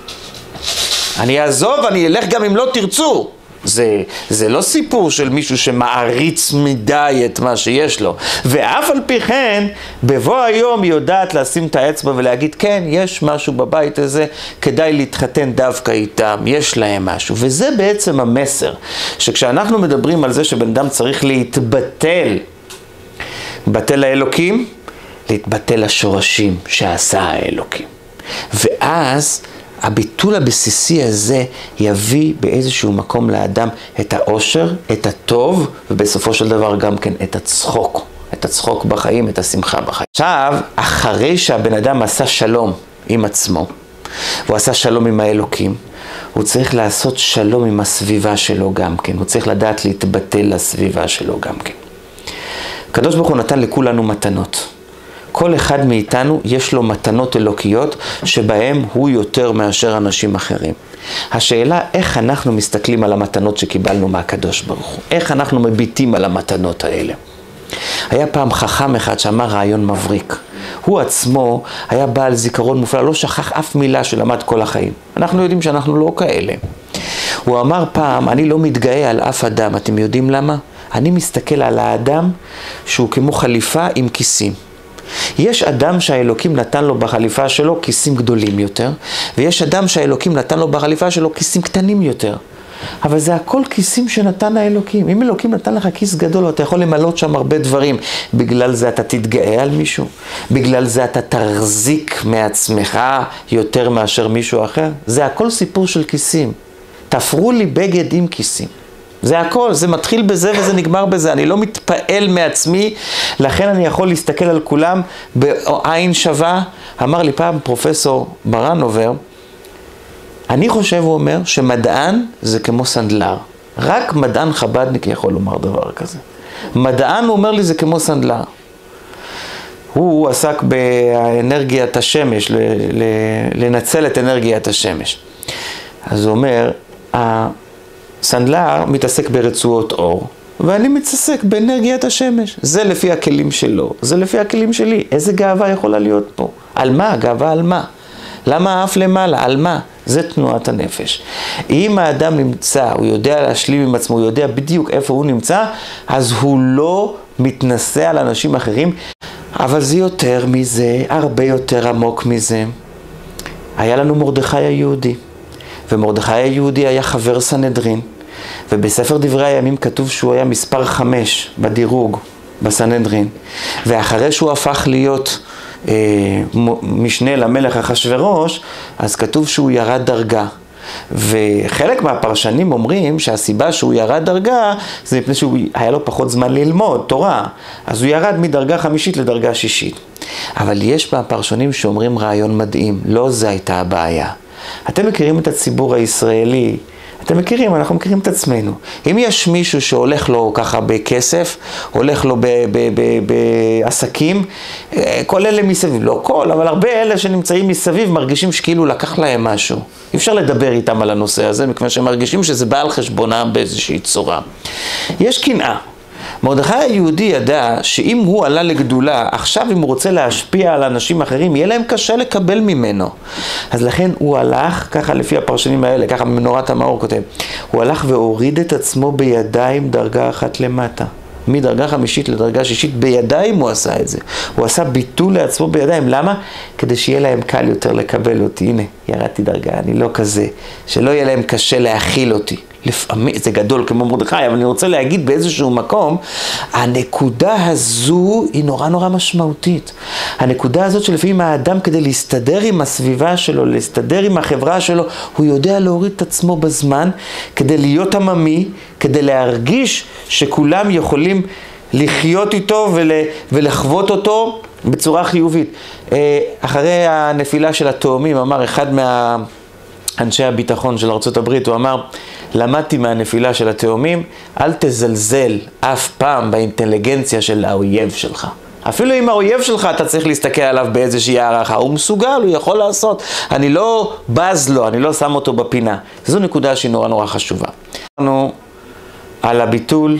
אני אעזוב, אני אלך גם אם לא תרצו. זה לא סיפור של מישהו שמעריץ מדי את מה שיש לו. ואף על פי כן, בבוא היום היא יודעת לשים את האצבע ולהגיד, כן, יש משהו בבית הזה, כדאי להתחתן דווקא איתם, יש להם משהו. וזה בעצם המסר, שכשאנחנו מדברים על זה שבן אדם צריך להתבטל, להתבטל לאלוקים, להתבטל לשורשים שעשה האלוקים. ואז הביטול הבסיסי הזה יביא באיזשהו מקום לאדם את האושר, את הטוב, ובסופו של דבר גם כן את הצחוק. את הצחוק בחיים, את השמחה בחיים. עכשיו, אחרי שהבן אדם עשה שלום עם עצמו, והוא עשה שלום עם האלוקים, הוא צריך לעשות שלום עם הסביבה שלו גם כן. הוא צריך לדעת להתבטל לסביבה שלו גם כן. הקדוש ברוך הוא נתן לכולנו מתנות. כל אחד מאיתנו יש לו מתנות אלוקיות שבהם הוא יותר מאשר אנשים אחרים. השאלה איך אנחנו מסתכלים על המתנות שקיבלנו מהקדוש ברוך הוא. איך אנחנו מביטים על המתנות האלה. היה פעם חכם אחד שאמר רעיון מבריק. הוא עצמו היה בעל זיכרון מופלא, לא שכח אף מילה שלמד כל החיים. אנחנו יודעים שאנחנו לא כאלה. הוא אמר פעם, אני לא מתגאה על אף אדם. אתם יודעים למה? אני מסתכל על האדם שהוא כמו חליפה עם כיסים. יש אדם שהאלוקים נתן לו בחליפה שלו כיסים גדולים יותר, ויש אדם שהאלוקים נתן לו בחליפה שלו כיסים קטנים יותר. אבל זה הכל כיסים שנתן האלוקים. אם אלוקים נתן לך כיס גדול, אתה יכול למלות שם הרבה דברים. בגלל זה אתה תתגאה על מישהו? בגלל זה אתה תחזיק מעצמך יותר מאשר מישהו אחר? זה הכל סיפור של כיסים. תפרו לי בגד עם כיסים. זה הכל, זה מתחיל בזה וזה נגמר בזה. אני לא מתפעל מעצמי, לכן אני יכול להסתכל על כולם בעין שווה. אמר לי פעם פרופסור ברנובר, אני חושב, הוא אומר, שמדען זה כמו סנדלר. רק מדען חבדניק יכול לומר דבר כזה. מדען, הוא אומר לי, זה כמו סנדלר. הוא עסק באנרגיית השמש, לנצל את אנרגיית השמש. אז הוא אומר, הסנדלר מתעסק ברצועות אור, ואני מתעסק באנרגיית השמש. זה לפי הכלים שלו, זה לפי הכלים שלי. איזה גאווה יכולה להיות פה? על מה? גאווה על מה? למה אף למעלה? על מה? זה תנועת הנפש. אם האדם נמצא, הוא יודע להשלים עם עצמו, הוא יודע בדיוק איפה הוא נמצא, אז הוא לא מתנסה על אנשים אחרים. אבל זה יותר מזה, הרבה יותר עמוק מזה. היה לנו מרדכי היהודי, ומרדכי היהודי היה חבר סנהדרין, ובספר דברי הימים כתוב שהוא היה מספר 5 בדירוג בסנהדרין, ואחרי שהוא הפך להיות משנה למלך אחשוורוש, אז כתוב שהוא ירד דרגה. וחלק מהפרשנים אומרים שהסיבה שהוא ירד דרגה זה מפני שהוא היה לו פחות זמן ללמוד תורה, אז הוא ירד מדרגה 5 לדרגה 6. אבל יש מהפרשנים שאומרים רעיון מדהים, לא זו הייתה הבעיה. אתם מכירים את הציבור הישראלי, אתם מכירים, אנחנו מכירים את עצמנו. אם יש מישהו שהולך לו ככה בכסף, הולך לו בעסקים, כל אלה מסביב, לא כל, אבל הרבה אלה שנמצאים מסביב מרגישים שכאילו לקח להם משהו. אי אפשר לדבר איתם על הנושא הזה, מכיוון שהם מרגישים שזה בא על חשבונם באיזושהי צורה. יש קנאה. מרדכי היהודי ידע שאם הוא עלה לגדולה, עכשיו אם הוא רוצה להשפיע על אנשים אחרים, יהיה להם קשה לקבל ממנו. אז לכן הוא הלך, ככה לפי הפרשנים האלה, ככה מנורת המאור כותב, הוא הלך והוריד את עצמו בידיים דרגה אחת למטה. מדרגה 5 לדרגה 6, בידיים הוא עשה את זה. הוא עשה ביטול לעצמו בידיים. למה? כדי שיהיה להם קל יותר לקבל אותי. הנה, ירדתי דרגה, אני לא כזה. שלא יהיה להם קשה להכיל אותי. לפעמים, זה גדול כמו מרדכי, אבל אני רוצה להגיד באיזשהו מקום, הנקודה הזו היא נורא נורא משמעותית. הנקודה הזאת שלפעמים האדם כדי להסתדר עם הסביבה שלו, להסתדר עם החברה שלו, הוא יודע להוריד את עצמו בזמן, כדי להיות עממי, כדי להרגיש שכולם יכולים לחיות איתו ולחוות אותו בצורה חיובית. אחרי הנפילה של התאומים, אמר אחד אנשי הביטחון של ארצות הברית, הוא אמר, למדתי מהנפילה של התאומים, אל תזלזל אף פעם באינטליגנציה של האויב שלך. אפילו אם האויב שלך אתה צריך להסתכל עליו באיזושהי הערכה, הוא מסוגל, הוא יכול לעשות. אני לא בז לו, אני לא שם אותו בפינה. זו נקודה שהיא נורא נורא חשובה. אנחנו על הביטול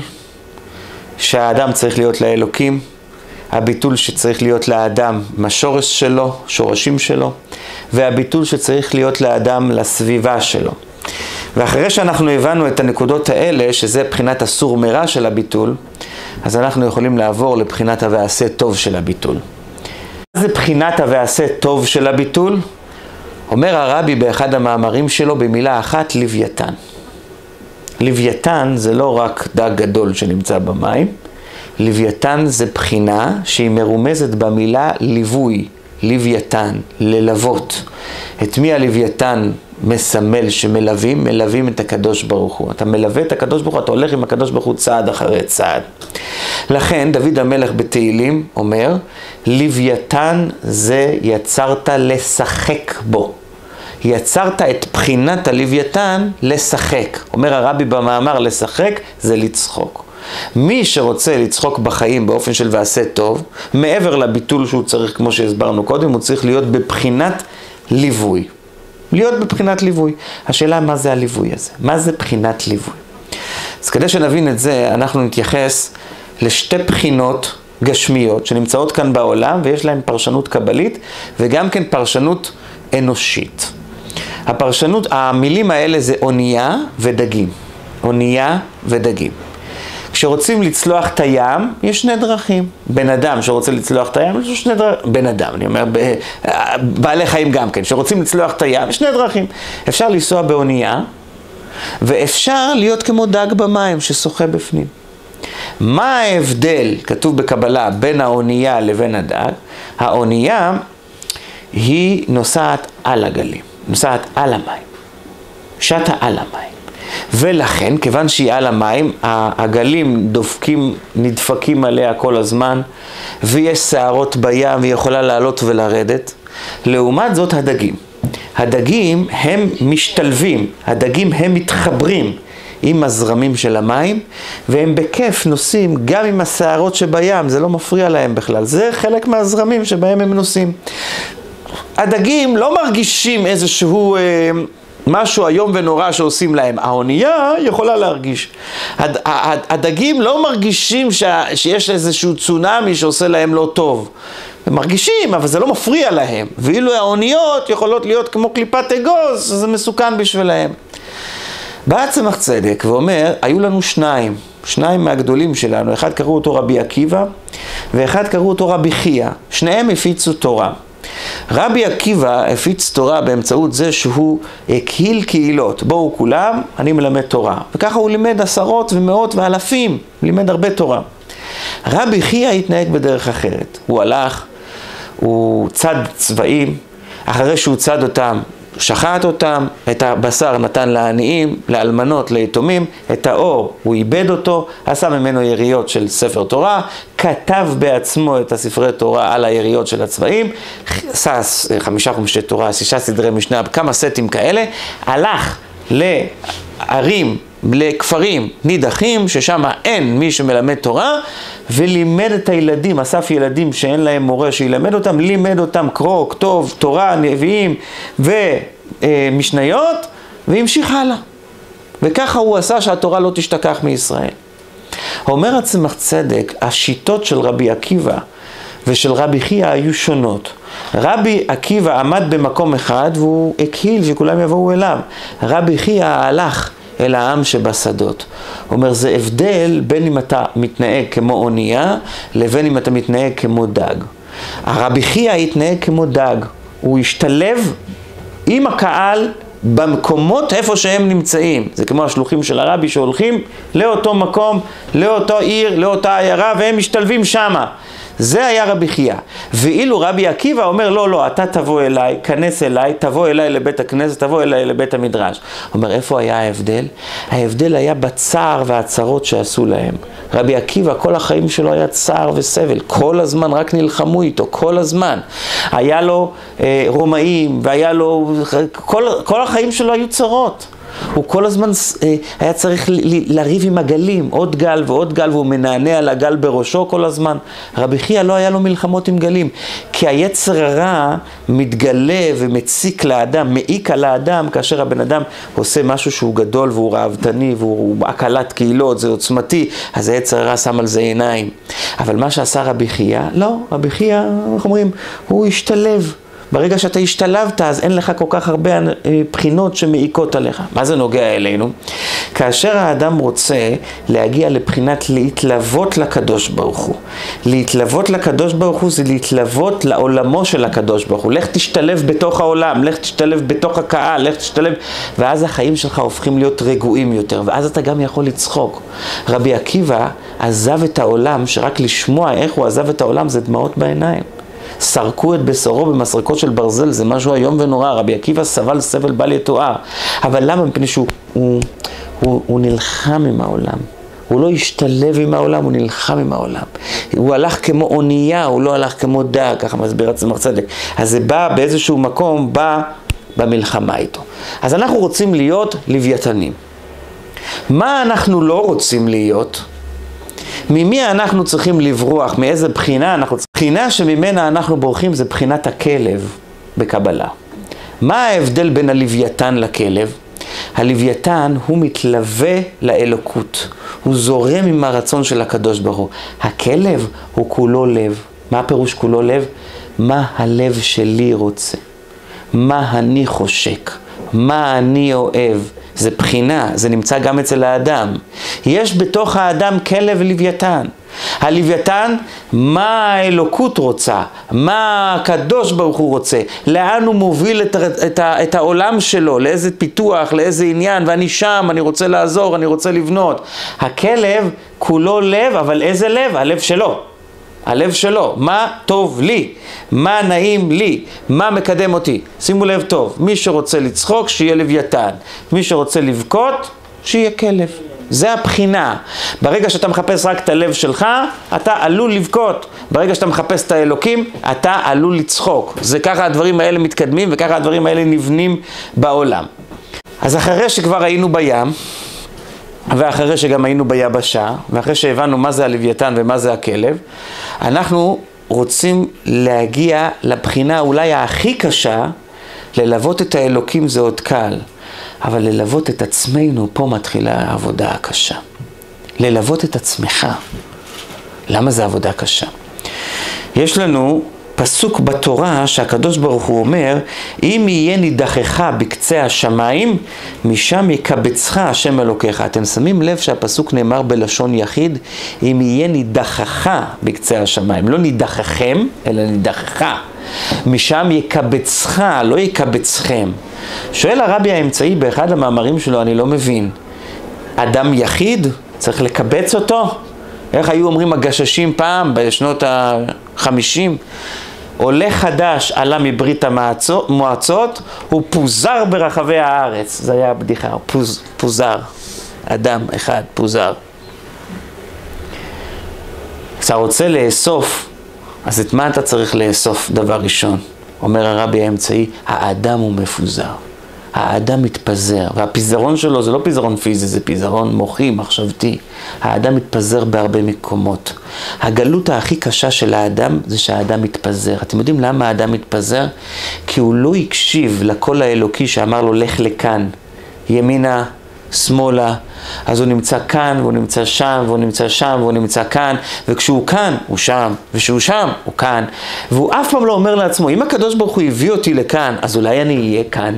שהאדם צריך להיות לאלוקים, הביטול שצריך להיות לאדם מהשורש שלו, שורשים שלו, והביטול שצריך להיות לאדם לסביבה שלו. ואחרי שאנחנו הבנו את הנקודות האלה, שזה בחינת הסור מרע של הביטול, אז אנחנו יכולים לעבור לבחינת הוועשה טוב של הביטול. מה זה בחינת הוועשה טוב של הביטול? אומר הרבי באחד המאמרים שלו במילה אחת, לוויתן. לוויתן זה לא רק דג גדול שנמצא במים, לוויתן זה בחינה שהיא מרומזת במילה ליווי, לוויתן, ללוות. את מי הלוויתן מסמל שמלווים? מלווים את הקדוש ברוך הוא. אתה מלווה את הקדוש ברוך הוא, אתה הולך עם הקדוש ברוך הוא צעד אחרי צעד. לכן דוד המלך בתהילים אומר, לוויתן זה יצרת לשחק בו. יצרת את בחינת הלוויתן לשחק. אומר הרבי במאמר, לשחק זה לצחוק. מי שרוצה לצחוק בחיים באופן של ועשה טוב, מעבר לביטול שהוא צריך, כמו שהסברנו קודם, הוא צריך להיות בבחינת ליווי. להיות בבחינת ליווי. השאלה מה זה הליווי הזה? מה זה בחינת ליווי? אז כדי שנבין את זה, אנחנו נתייחס לשתי בחינות גשמיות שנמצאות כאן בעולם, ויש להן פרשנות קבלית, וגם כן פרשנות אנושית. הפרשנות, המילים האלה זה אונייה ודגים. אונייה ודגים. כשרוצים לצלוח את הים, יש שני דרכים. בן אדם שרוצה לצלוח את הים, יש שני דרכים. בן אדם, אני אומר, בעלי חיים גם כן. כשרוצים לצלוח את הים, יש שני דרכים. אפשר לנסוע באונייה, ואפשר להיות כמו דג במים ששוחה בפנים. מה ההבדל, כתוב בקבלה, בין האונייה לבין הדג? האונייה היא נוסעת על הגלים, נוסעת על המים, שטה על המים. ולכן, כיוון שהיא על המים, הגלים דופקים, נדפקים עליה כל הזמן, ויש שערות בים, והיא יכולה לעלות ולרדת. לעומת זאת הדגים. הדגים הם משתלבים, הדגים הם מתחברים עם הזרמים של המים, והם בכיף נוסעים גם עם השערות שבים, זה לא מפריע להם בכלל. זה חלק מהזרמים שבהם הם נוסעים. הדגים לא מרגישים איזשהו משהו היום ונורא שעושים להם. האונייה יכולה להרגיש. הדגים לא מרגישים שיש איזשהו צונמי שעושה להם לא טוב. הם מרגישים, אבל זה לא מפריע להם. ואילו האוניות יכולות להיות כמו קליפת אגוז, זה מסוכן בשבילהם. בא צמח צדק ואומר, היו לנו שניים שניים מהגדולים שלנו, אחד קראו אותו רבי עקיבא, ואחד קראו אותו רבי חייא. שניהם הפיצו תורה. רבי עקיבא הפיץ תורה באמצעות זה שהוא הקהיל קהילות. בואו כולם, אני מלמד תורה. וככה הוא לימד עשרות ומאות ואלפים, לימד הרבה תורה. רבי חייא התנהג בדרך אחרת. הוא הלך, הוא צד צבעים, אחרי שהוא צד אותם, שחט אותם, את הבשר נתן לעניים, לאלמנות, ליתומים, את האור הוא איבד אותו, עשה ממנו יריות של ספר תורה, כתב בעצמו את הספרי תורה על היריות של הצבעים, עשה 5 חומשי תורה, 6 סדרי משנה, כמה סטים כאלה, הלך לערים, לכפרים נידחים, ששם אין מי שמלמד תורה, ולימד את הילדים, אסף ילדים שאין להם מורה שילמד אותם, לימד אותם קרוא, כתוב, תורה, נביאים ומשניות, והמשיך הלאה. וככה הוא עשה שהתורה לא תשתכח מישראל. אומר הצמח צדק, השיטות של רבי עקיבא ושל רבי חייא היו שונות. רבי עקיבא עמד במקום אחד והוא הקהיל שכולם יבואו אליו. רבי חייא הלך אל העם שבשדות. הוא אומר, זה הבדל בין אם אתה מתנהג כמו אונייה, לבין אם אתה מתנהג כמו דג. הרבי חייא התנהג כמו דג. הוא השתלב עם הקהל במקומות איפה שהם נמצאים. זה כמו השלוחים של הרבי שהולכים לאותו מקום, לאותו עיר, לאותה עיירה, והם משתלבים שמה. זה היה רבי חייא. ואילו רבי עקיבא אומר, לא, אתה תבוא אליי, כנס אליי, תבוא אליי לבית הכנסת, תבוא אליי לבית המדרש. אומר, איפה היה ההבדל? ההבדל היה בצער והצרות שעשו להם. רבי עקיבא, כל החיים שלו היה צער וסבל. כל הזמן רק נלחמו איתו, כל הזמן. היה לו רומאים, והיה לו, כל החיים שלו היו צרות. הוא כל הזמן היה צריך לריב עם הגלים, עוד גל ועוד גל, והוא מנענע על הגל בראשו כל הזמן. רבי חייא לא היה לו מלחמות עם גלים, כי היצר הרע מתגלה ומציק לאדם, מעיק על האדם, כאשר הבן אדם עושה משהו שהוא גדול והוא רעבתני והוא הקלת קהילות, זה עוצמתי, אז היצר הרע שם על זה עיניים. אבל מה שעשה רבי חייא, לא, רבי חייא, איך אומרים, הוא השתלב. ברגע שאתה השתלבת, אז אין לך כל כך הרבה בחינות שמעיקות עליך. מה זה נוגע אלינו? כאשר האדם רוצה להגיע לבחינת להתלוות לקדוש ברוך הוא. להתלוות לקדוש ברוך הוא זה להתלוות לעולמו של הקדוש ברוך הוא. לך תשתלב בתוך העולם, לך תשתלב בתוך הקהל, לך תשתלב, ואז החיים שלך הופכים להיות רגועים יותר, ואז אתה גם יכול לצחוק. רבי עקיבא עזב את העולם, שרק לשמוע איך הוא עזב את העולם זה דמעות בעיניים. סרקו את בשרו במסרקות של ברזל, זה משהו היום ונורא. רבי עקיבא סבל סבל בל יתואר. אבל למה? מפני שהוא נלחם עם העולם. הוא לא השתלב עם העולם, הוא נלחם עם העולם. הוא הלך כמו אונייה, הוא לא הלך כמו דג, ככה מסביר הצמח צדק. אז זה בא באיזשהו מקום, בא במלחמה איתו. אז אנחנו רוצים להיות לוויתנים. מה אנחנו לא רוצים להיות? ממי אנחנו צריכים לברוח? מאיזה בחינה אנחנו צריכים? בחינה שממנה אנחנו בורחים זה בחינת הכלב בקבלה. מה ההבדל בין הלוויתן לכלב? הלוויתן הוא מתלווה לאלוקות. הוא זורם עם הרצון של הקדוש ברוך הוא. הכלב הוא כולו לב. מה הפירוש כולו לב? מה הלב שלי רוצה? מה אני חושק? מה אני אוהב? זה בחינה, זה נמצא גם אצל האדם. יש בתוך האדם כלב לוויתן. הלוויתן, מה האלוקות רוצה? מה הקדוש ברוך הוא רוצה? לאן הוא מוביל את העולם שלו? לאיזה פיתוח, לאיזה עניין? ואני שם, אני רוצה לעזור, אני רוצה לבנות. הכלב כולו לב, אבל איזה לב? הלב שלו. הלב שלו, מה טוב לי, מה נעים לי, מה מקדם אותי. שימו לב טוב, מי שרוצה לצחוק, שיהיה לוויתן. מי שרוצה לבכות, שיהיה כלב. זה הבחינה. ברגע שאתה מחפש רק את הלב שלך, אתה עלול לבכות. ברגע שאתה מחפש את האלוקים, אתה עלול לצחוק. זה ככה הדברים האלה מתקדמים, וככה הדברים האלה נבנים בעולם. אז אחרי שכבר היינו בים, ואחרי שגם היינו ביבשה, ואחרי שהבנו מה זה הלוויתן ומה זה הכלב, אנחנו רוצים להגיע לבחינה אולי הכי קשה, ללוות את האלוקים זה עוד קל, אבל ללוות את עצמנו, פה מתחילה העבודה הקשה. ללוות את עצמך. למה זה עבודה קשה? יש לנו פסוק בתורה שהקדוש ברוך הוא אומר, אם יהיה נידחך בקצה השמיים, משם יקבצך השם אלוקיך. אתם שמים לב שהפסוק נאמר בלשון יחיד, אם יהיה נידחך בקצה השמיים. לא נידחכם, אלא נידחך. משם יקבצך, לא יקבצכם. שואל הרבי האמצעי באחד המאמרים שלו, אני לא מבין. אדם יחיד, צריך לקבץ אותו? איך היו אומרים הגששים פעם, בשנות ה-50? עולה חדש עלה מברית המועצות, הוא פוזר ברחבי הארץ. זה היה בדיחה, פוזר. אדם אחד, פוזר. כשאתה רוצה לאסוף, אז את מה אתה צריך לאסוף דבר ראשון? אומר הרבי האמצעי, האדם הוא מפוזר. האדם מתפזר, והפיזרון שלו זה לא פיזרון פיזי, זה פיזרון מוחי, מחשבתי. האדם מתפזר בהרבה מקומות. הגלות הכי קשה של האדם זה שהאדם מתפזר. אתם יודעים למה האדם מתפזר? כי הוא לא הקשיב לקול האלוקי שאמר לו לך לכאן, ימינה, שמאלה. אז הוא נמצא כאן, והוא נמצא שם, והוא נמצא שם, והוא נמצא כאן, וכשהוא כאן, הוא שם, וכשהוא שם, הוא כאן. והוא אף פעם לא אומר לעצמו, אם הקדוש ברוך הוא הביא אותי לכאן, אז אולי אני אהיה כאן.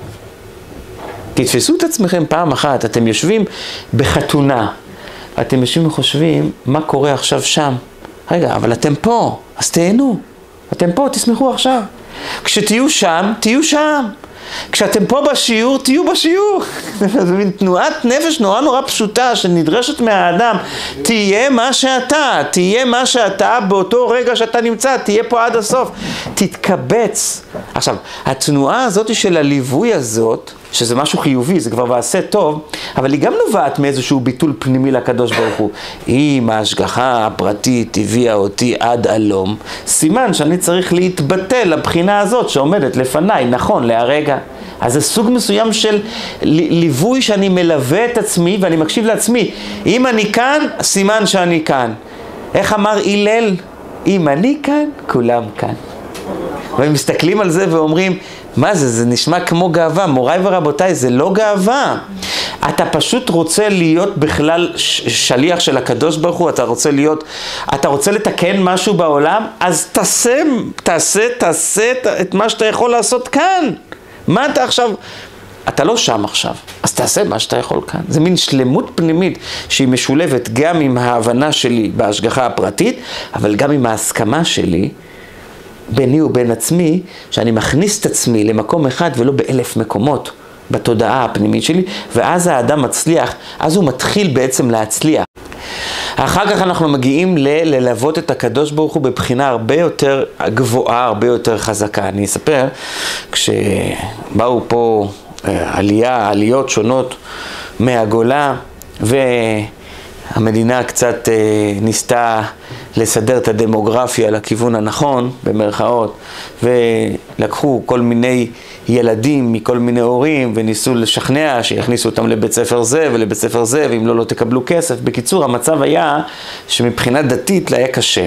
תתפסו את עצמכם פעם אחת, אתם יושבים בחתונה, אתם יושבים וחושבים, מה קורה עכשיו שם? רגע, אבל אתם פה, אז תהנו. אתם פה, תשמחו עכשיו. כשתהיו שם, תהיו שם. כשאתם פה בשיעור, תהיו בשיעור. זה מין תנועת נפש נורא פשוטה שנדרשת מהאדם. תהיה מה שאתה, תהיה מה שאתה באותו רגע שאתה נמצא, תהיה פה עד הסוף. תתקבץ. עכשיו, התנועה הזאת של הליווי הזאת, שזה משהו חיובי, זה כבר ועשה טוב, אבל היא גם נובעת מאיזשהו ביטול פנימי לקדוש ברוך הוא. אם ההשגחה הפרטית הביאה אותי עד הלום, סימן שאני צריך להתבטל לבחינה הזאת שעומדת לפניי, נכון, להרגע. אז זה סוג מסוים של ליווי שאני מלווה את עצמי ואני מקשיב לעצמי. אם אני כאן, סימן שאני כאן. איך אמר הלל? אם אני כאן, כולם כאן. והם מסתכלים על זה ואומרים, מה זה? זה נשמע כמו גאווה. מוריי ורבותיי, זה לא גאווה. אתה פשוט רוצה להיות בכלל שליח של הקדוש ברוך הוא, אתה רוצה לתקן משהו בעולם, אז תעשה את מה שאתה יכול לעשות כאן. מה אתה עכשיו? אתה לא שם עכשיו, אז תעשה מה שאתה יכול כאן. זה מין שלמות פנימית שהיא משולבת גם עם ההבנה שלי בהשגחה הפרטית, אבל גם עם ההסכמה שלי ביני ובין עצמי, שאני מכניס את עצמי למקום אחד ולא באלף מקומות בתודעה הפנימית שלי, ואז האדם מצליח, אז הוא מתחיל בעצם להצליח. אחר כך אנחנו מגיעים ללוות את הקדוש ברוך הוא בבחינה הרבה יותר גבוהה, הרבה יותר חזקה. אני אספר, כשבאו פה עליות שונות מהגולה, והמדינה קצת ניסתה לסדר את הדמוגרפיה לכיוון הנכון, במרכאות, ולקחו כל מיני ילדים מכל מיני הורים, וניסו לשכנע שיכניסו אותם לבית ספר זה ולבית ספר זה, ואם לא תקבלו כסף. בקיצור, המצב היה שמבחינה דתית היה קשה.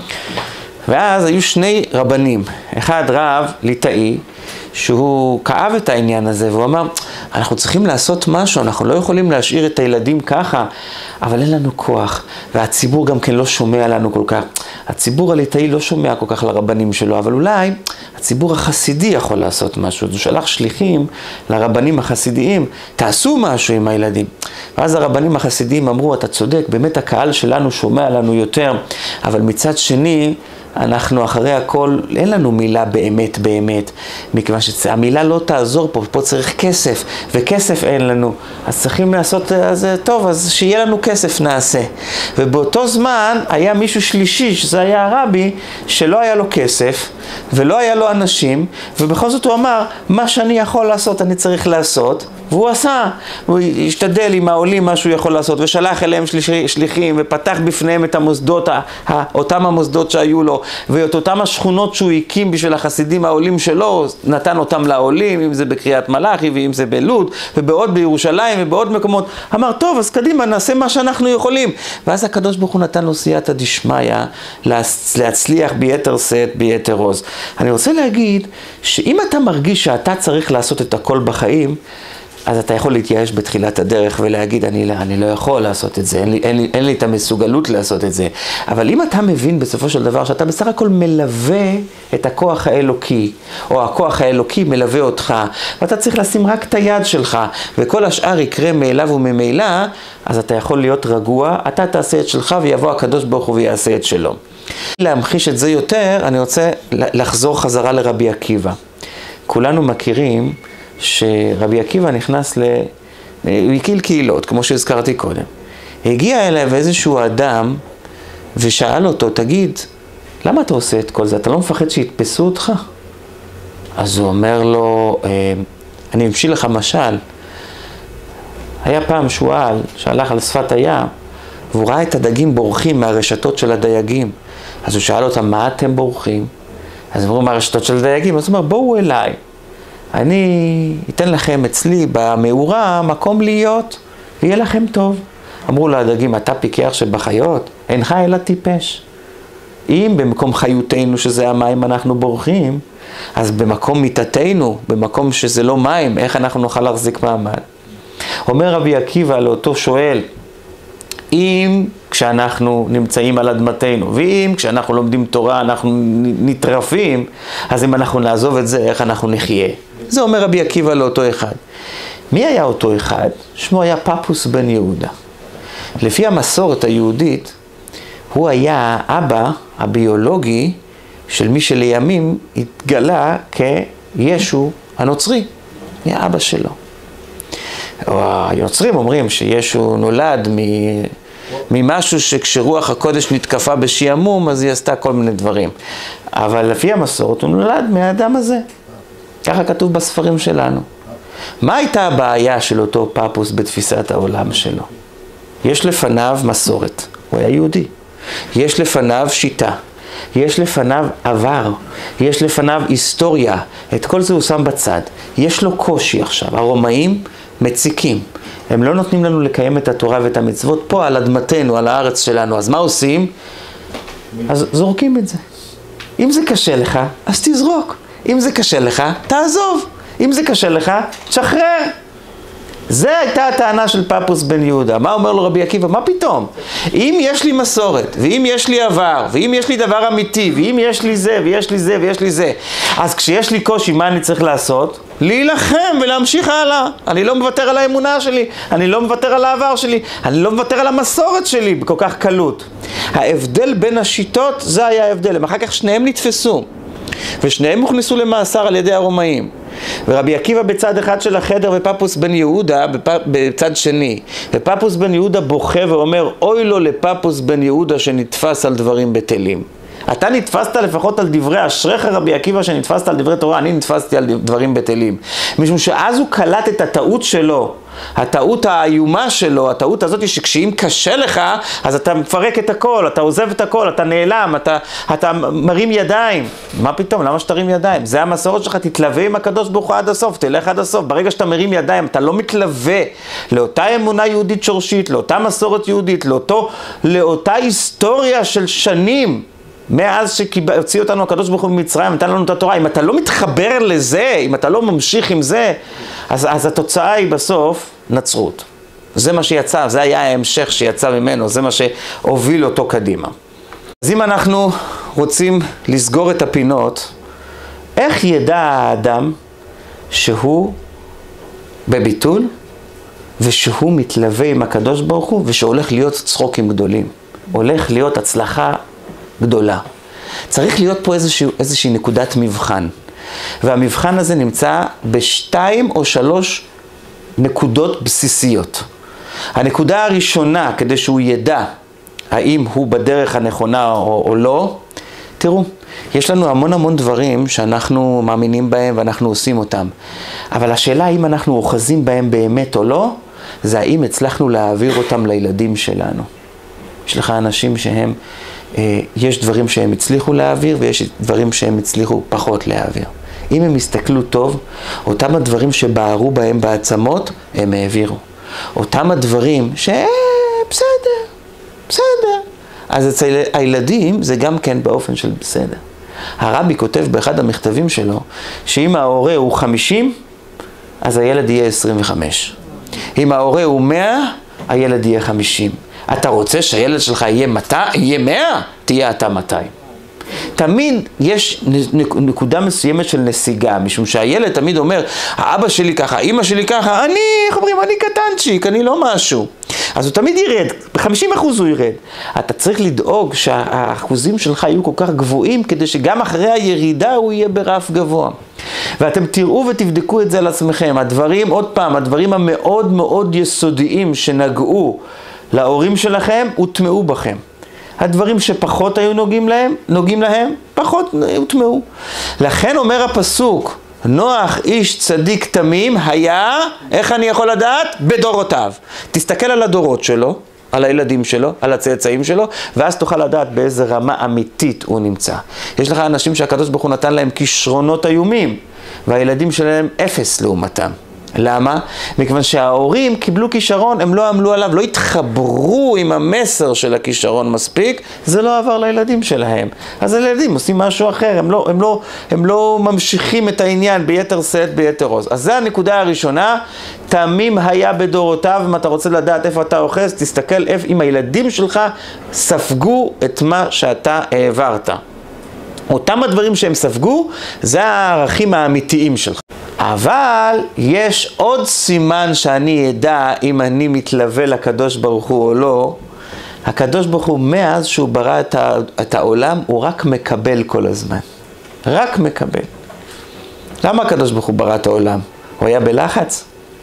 ואז היו שני רבנים, אחד רב ליטאי, שהוא כאב את העניין הזה, והוא אמר, אנחנו צריכים לעשות משהו, אנחנו לא יכולים להשאיר את הילדים ככה, אבל אין לנו כוח, והציבור גם כן לא שומע לנו כל כך. הציבור הליטאי לא שומע כל כך לרבנים שלו, אבל אולי הציבור החסידי יכול לעשות משהו. הוא שלח שליחים לרבנים החסידיים, תעשו משהו עם הילדים. ואז הרבנים החסידיים אמרו, אתה צודק, באמת הקהל שלנו שומע לנו יותר, אבל מצד שני, אנחנו אחרי הכל, אין לנו מילה באמת, מכיוון שהמילה לא תעזור פה, פה צריך כסף, וכסף אין לנו, אז צריכים לעשות, אז טוב, אז שיהיה לנו כסף נעשה. ובאותו זמן היה מישהו שלישי, שזה היה הרבי, שלא היה לו כסף, ולא היה לו אנשים, ובכל זאת הוא אמר, מה שאני יכול לעשות, אני צריך לעשות, והוא עשה, הוא השתדל עם העולים מה שהוא יכול לעשות, ושלח אליהם שליחים, ופתח בפניהם את המוסדות, אותם המוסדות שהיו לו, ואת אותם השכונות שהוא הקים בשביל החסידים העולים שלו, נתן אותם לעולים, אם זה בקריית מלאכי, ואם זה בלוד, ובעוד בירושלים, ובעוד מקומות. אמר, טוב, אז קדימה, נעשה מה שאנחנו יכולים. ואז הקדוש ברוך הוא נתן לו סייעתא דשמיא, להצליח ביתר שאת, ביתר עוז. אני רוצה להגיד, שאם אתה מרגיש שאתה צריך לעשות את הכל בחיים, אז אתה יכול להתייאש בתחילת הדרך ולהגיד, אני לא יכול לעשות את זה, אין לי את המסוגלות לעשות את זה. אבל אם אתה מבין בסופו של דבר שאתה בסך הכל מלווה את הכוח האלוקי, או הכוח האלוקי מלווה אותך, ואתה צריך לשים רק את היד שלך, וכל השאר יקרה מאליו וממילא, אז אתה יכול להיות רגוע, אתה תעשה את שלך ויבוא הקדוש ברוך הוא ויעשה את שלו. להמחיש את זה יותר, אני רוצה לחזור חזרה לרבי עקיבא. כולנו מכירים שרבי עקיבא נכנס הוא הקיל קהילות, כמו שהזכרתי קודם. הגיע אליו איזשהו אדם ושאל אותו, תגיד, למה אתה עושה את כל זה? אתה לא מפחד שיתפסו אותך? אז הוא אומר לו, אני אמשיל לך משל. היה פעם שועל שהלך על שפת הים, והוא ראה את הדגים בורחים מהרשתות של הדייגים. אז הוא שאל אותם, מה אתם בורחים? אז הם אמרו, מהרשתות של הדייגים. אז הוא אומר, בואו אליי. אני אתן לכם אצלי במאורה מקום להיות, ויהיה לכם טוב. אמרו לו הדגים, אתה פיקח שבחיות? אינך אלא טיפש. אם במקום חיותנו, שזה המים, אנחנו בורחים, אז במקום מיטתנו, במקום שזה לא מים, איך אנחנו נוכל להחזיק מעמד? אומר רבי עקיבא לאותו שואל, אם כשאנחנו נמצאים על אדמתנו, ואם כשאנחנו לומדים תורה אנחנו נטרפים, אז אם אנחנו נעזוב את זה, איך אנחנו נחיה? זה אומר רבי עקיבא לאותו אחד. מי היה אותו אחד? שמו היה פפוס בן יהודה. לפי המסורת היהודית, הוא היה האבא הביולוגי של מי שלימים התגלה כישו הנוצרי. היה אבא שלו. הנוצרים אומרים שישו נולד ממשהו שכשרוח הקודש נתקפה בשעמום, אז היא עשתה כל מיני דברים. אבל לפי המסורת הוא נולד מהאדם הזה. ככה כתוב בספרים שלנו. מה הייתה הבעיה של אותו פפוס בתפיסת העולם שלו? יש לפניו מסורת, הוא היה יהודי. יש לפניו שיטה, יש לפניו עבר, יש לפניו היסטוריה. את כל זה הוא שם בצד. יש לו קושי עכשיו. הרומאים מציקים. הם לא נותנים לנו לקיים את התורה ואת המצוות פה על אדמתנו, על הארץ שלנו. אז מה עושים? אז זורקים את זה. אם זה קשה לך, אז תזרוק. אם זה קשה לך, תעזוב. אם זה קשה לך, תשחרר. זה הייתה הטענה של פפוס בן יהודה. מה אומר לו רבי עקיבא? מה פתאום? אם יש לי מסורת, ואם יש לי עבר, ואם יש לי דבר אמיתי, ואם יש לי זה, ויש לי זה, ויש לי זה, אז כשיש לי קושי, מה אני צריך לעשות? להילחם ולהמשיך הלאה. אני לא מוותר על האמונה שלי, אני לא מוותר על העבר שלי, אני לא מוותר על המסורת שלי בכל כך קלות. ההבדל בין השיטות, זה היה ההבדל. אחר כך שניהם נתפסו, ושניהם הוכנסו למאסר על ידי הרומאים. ורבי עקיבא בצד אחד של החדר ופפוס בן יהודה בצד שני. ופפוס בן יהודה בוכה ואומר, אוי לו לפפוס בן יהודה שנתפס על דברים בטלים. אתה נתפסת לפחות על דברי, אשריך רבי עקיבא שנתפסת על דברי תורה, אני נתפסתי על דברים בטלים. משום שאז הוא קלט את הטעות שלו, הטעות האיומה שלו, הטעות הזאת שכשאם קשה לך, אז אתה מפרק את הכל, אתה עוזב את הכל, אתה נעלם, אתה מרים ידיים. מה פתאום? למה שתרים ידיים? זה המסורת שלך, תתלווה עם הקדוש ברוך הוא עד הסוף, תלך עד הסוף. ברגע שאתה מרים ידיים, אתה לא מתלווה לאותה אמונה יהודית שורשית, לאותה מסורת יהודית, לאותה היסטוריה של שנים. מאז שהוציא אותנו הקדוש ברוך הוא ממצרים, נתן לנו את התורה. אם אתה לא מתחבר לזה, אם אתה לא ממשיך עם זה, אז התוצאה היא בסוף נצרות. זה מה שיצא, זה היה ההמשך שיצא ממנו, זה מה שהוביל אותו קדימה. אז אם אנחנו רוצים לסגור את הפינות, איך ידע האדם שהוא בביטול, ושהוא מתלווה עם הקדוש ברוך הוא, ושהולך להיות צחוקים גדולים, הולך להיות הצלחה גדולה. צריך להיות פה איזושהי נקודת מבחן. והמבחן הזה נמצא בשתיים או שלוש נקודות בסיסיות. הנקודה הראשונה, כדי שהוא ידע האם הוא בדרך הנכונה או לא, תראו, יש לנו המון דברים שאנחנו מאמינים בהם ואנחנו עושים אותם. אבל השאלה האם אנחנו אוחזים בהם באמת או לא, זה האם הצלחנו להעביר אותם לילדים שלנו. יש לך אנשים שהם יש דברים שהם הצליחו להעביר ויש דברים שהם הצליחו פחות להעביר. אם הם הסתכלו טוב, אותם הדברים שבערו בהם בעצמות, הם העבירו. אותם הדברים בסדר. אז אצל הילדים זה גם כן באופן של בסדר. הרבי כותב באחד המכתבים שלו, שאם ההורה הוא 50, אז הילד יהיה 25. אם ההורה הוא 100, הילד יהיה 50. אתה רוצה שהילד שלך יהיה 100? תהיה אתה 200. תמיד יש נקודה מסוימת של נסיגה, משום שהילד תמיד אומר, האבא שלי ככה, אמא שלי ככה, איך אומרים, אני קטנצ'יק, אני לא משהו. אז הוא תמיד ירד, ב-50% הוא ירד. אתה צריך לדאוג שהאחוזים שלך יהיו כל כך גבוהים, כדי שגם אחרי הירידה הוא יהיה ברף גבוה. ואתם תראו ותבדקו את זה על עצמכם. הדברים, עוד פעם, הדברים המאוד מאוד יסודיים שנגעו להורים שלכם, הוטמעו בכם. הדברים שפחות היו נוגעים להם, פחות הוטמעו. לכן אומר הפסוק, נוח איש צדיק תמים היה, איך אני יכול לדעת? בדורותיו. תסתכל על הדורות שלו, על הילדים שלו, על הצאצאים שלו, ואז תוכל לדעת באיזה רמה אמיתית הוא נמצא. יש לך אנשים שהקדוש ברוך הוא נתן להם כישרונות איומים, והילדים שלהם 0 לעומתם. למה? מכיוון שההורים קיבלו כישרון, הם לא עמלו עליו, לא התחברו עם המסר של הכישרון מספיק, זה לא עבר לילדים שלהם. אז הילדים עושים משהו אחר, הם לא ממשיכים את העניין ביתר שאת, ביתר עוז. אז זה הנקודה הראשונה, תמים היה בדורותיו, אם אתה רוצה לדעת איפה אתה אוחז, תסתכל אם הילדים שלך ספגו את מה שאתה העברת. אותם הדברים שהם ספגו, זה הערכים האמיתיים שלך. אבל יש עוד סימן שאני אדע אם אני מתלווה לקדוש ברוך הוא או לא. הקדוש ברוך הוא מאז שהוא ברא את העולם, הוא רק מקבל כל הזמן. רק מקבל. למה הקדוש ברוך הוא ברא את העולם? הוא היה בלחץ?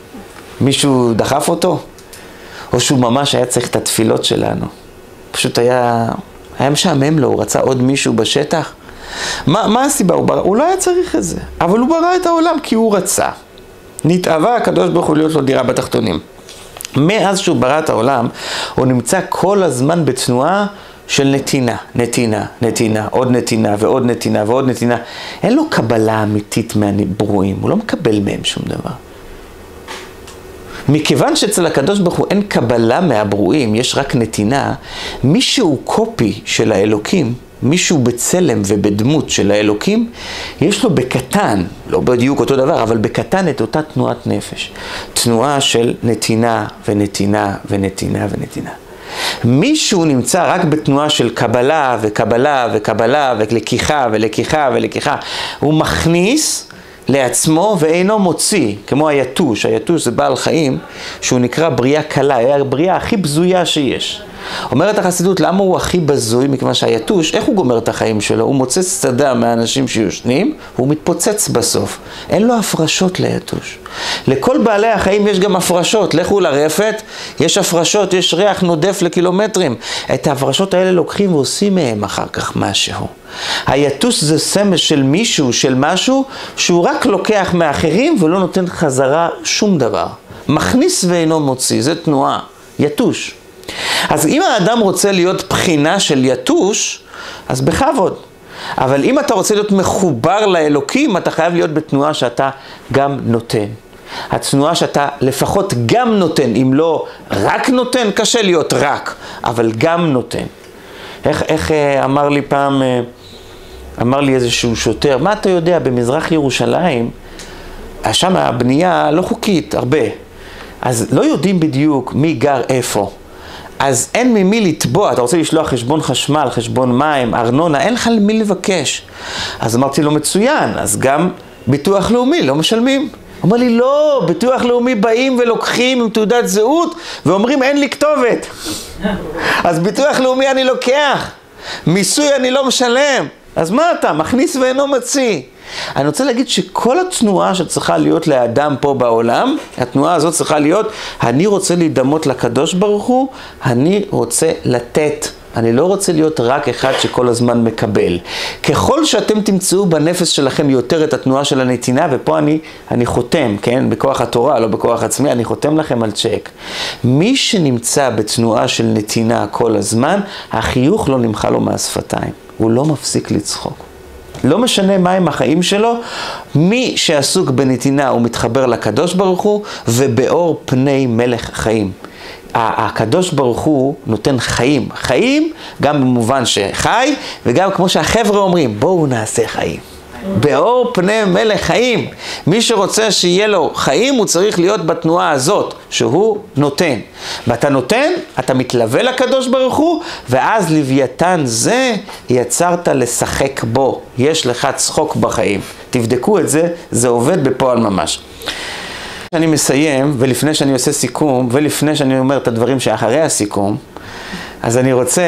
מישהו דחף אותו? או שהוא ממש היה צריך את התפילות שלנו? פשוט היה משעמם לו, הוא רצה עוד מישהו בשטח? מה הסיבה? הוא לא היה צריך את זה, אבל הוא ברא את העולם כי הוא רצה. נתאווה הקדוש ברוך הוא להיות לו דירה בתחתונים. מאז שהוא ברא את העולם, הוא נמצא כל הזמן בתנועה של נתינה, עוד נתינה ועוד נתינה ועוד נתינה. אין לו קבלה אמיתית מהברואים, הוא לא מקבל מהם שום דבר. מכיוון שאצל הקדוש ברוך הוא אין קבלה מהברואים, יש רק נתינה, מישהו קופי של האלוקים, מישהו בצלם ובדמות של האלוקים, יש לו בקטן, לא בדיוק אותו דבר, אבל בקטן את אותה תנועת נפש. תנועה של נתינה ונתינה ונתינה ונתינה. מישהו נמצא רק בתנועה של קבלה וקבלה וקבלה ולקיחה ולקיחה ולקיחה. הוא מכניס לעצמו ואינו מוציא, כמו היתוש. היתוש זה בעל חיים שהוא נקרא בריאה קלה, היא הבריאה הכי בזויה שיש. אומרת החסידות, למה הוא הכי בזוי? מכיוון שהיתוש, איך הוא גומר את החיים שלו? הוא מוצץ צדה מהאנשים שיושנים, הוא מתפוצץ בסוף. אין לו הפרשות ליתוש. לכל בעלי החיים יש גם הפרשות. לכו לרפת, יש הפרשות, יש ריח נודף לקילומטרים. את ההפרשות האלה לוקחים ועושים מהם אחר כך משהו. היתוש זה סמל של מישהו, של משהו, שהוא רק לוקח מאחרים ולא נותן חזרה שום דבר. מכניס ואינו מוציא, זה תנועה. יתוש. אז אם האדם רוצה להיות בחינה של יתוש, אז בכבוד. אבל אם אתה רוצה להיות מחובר לאלוקים, אתה חייב להיות בתנועה שאתה גם נותן. התנועה שאתה לפחות גם נותן, אם לא רק נותן, קשה להיות רק, אבל גם נותן. איך אמר לי פעם, אמר לי איזשהו שוטר, מה אתה יודע, במזרח ירושלים, שם הבנייה לא חוקית, הרבה. אז לא יודעים בדיוק מי גר איפה. אז אין ממי לתבוע, אתה רוצה לשלוח חשבון חשמל, חשבון מים, ארנונה, אין לך למי לבקש. אז אמרתי לו, מצוין, אז גם ביטוח לאומי לא משלמים. אמר לי, לא, ביטוח לאומי באים ולוקחים עם תעודת זהות, ואומרים, אין לי כתובת. אז ביטוח לאומי אני לוקח, מיסוי אני לא משלם. אז מה אתה? מכניס ואינו מציא. אני רוצה להגיד שכל התנועה שצריכה להיות לאדם פה בעולם, התנועה הזאת צריכה להיות, אני רוצה להידמות לקדוש ברוך הוא, אני רוצה לתת. אני לא רוצה להיות רק אחד שכל הזמן מקבל. ככל שאתם תמצאו בנפש שלכם יותר את התנועה של הנתינה, ופה אני חותם, כן? בכוח התורה, לא בכוח עצמי, אני חותם לכם על צ'ק. מי שנמצא בתנועה של נתינה כל הזמן, החיוך לא נמחא לו מהשפתיים. הוא לא מפסיק לצחוק. לא משנה מהם החיים שלו, מי שעסוק בנתינה הוא מתחבר לקדוש ברוך הוא, ובאור פני מלך חיים. הקדוש ברוך הוא נותן חיים. חיים גם במובן שחי, וגם כמו שהחבר'ה אומרים, בואו נעשה חיים. באור פני מלך חיים. מי שרוצה שיהיה לו חיים, הוא צריך להיות בתנועה הזאת, שהוא נותן. ואתה נותן, אתה מתלווה לקדוש ברוך הוא, ואז לוויתן זה יצרת לשחק בו. יש לך צחוק בחיים. תבדקו את זה, זה עובד בפועל ממש. אני מסיים, ולפני שאני עושה סיכום, ולפני שאני אומר את הדברים שאחרי הסיכום, אז אני רוצה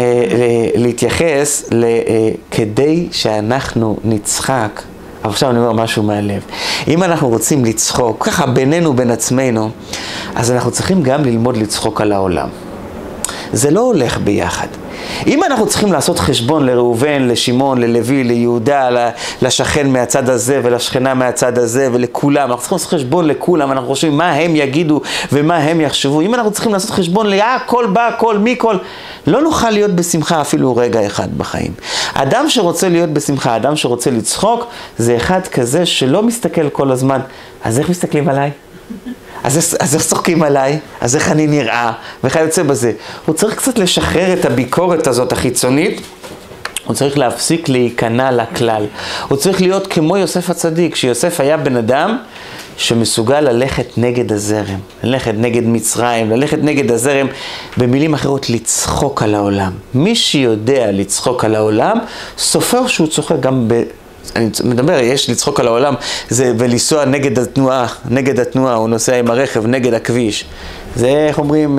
להתייחס כדי שאנחנו נצחק, אבל עכשיו אני אומר משהו מהלב. אם אנחנו רוצים לצחוק, ככה בינינו, בין עצמנו, אז אנחנו צריכים גם ללמוד לצחוק על העולם. זה לא הולך ביחד. אם אנחנו צריכים לעשות חשבון לראובן, לשמעון, ללוי, ליהודה, לשכן מהצד הזה ולשכנה מהצד הזה ולכולם, אנחנו צריכים לעשות חשבון לכולם, אנחנו חושבים מה הם יגידו ומה הם יחשבו. אם אנחנו צריכים לעשות חשבון כל בא, כל מי, כל, לא נוכל להיות בשמחה אפילו רגע אחד בחיים. אדם שרוצה להיות בשמחה, אדם שרוצה לצחוק, זה אחד כזה שלא מסתכל כל הזמן. אז איך מסתכלים עליי? אז איך צוחקים עליי? אז איך אני נראה? ואיך יוצא בזה? הוא צריך קצת לשחרר את הביקורת הזאת החיצונית. הוא צריך להפסיק להיכנע לכלל. הוא צריך להיות כמו יוסף הצדיק, שיוסף היה בן אדם שמסוגל ללכת נגד הזרם, ללכת נגד מצרים, ללכת נגד הזרם, במילים אחרות לצחוק על העולם. מי שיודע לצחוק על העולם, סופר שהוא צוחק גם אני מדבר, יש לצחוק על העולם, זה ולנסוע נגד התנועה, הוא נוסע עם הרכב נגד הכביש. זה, איך אומרים,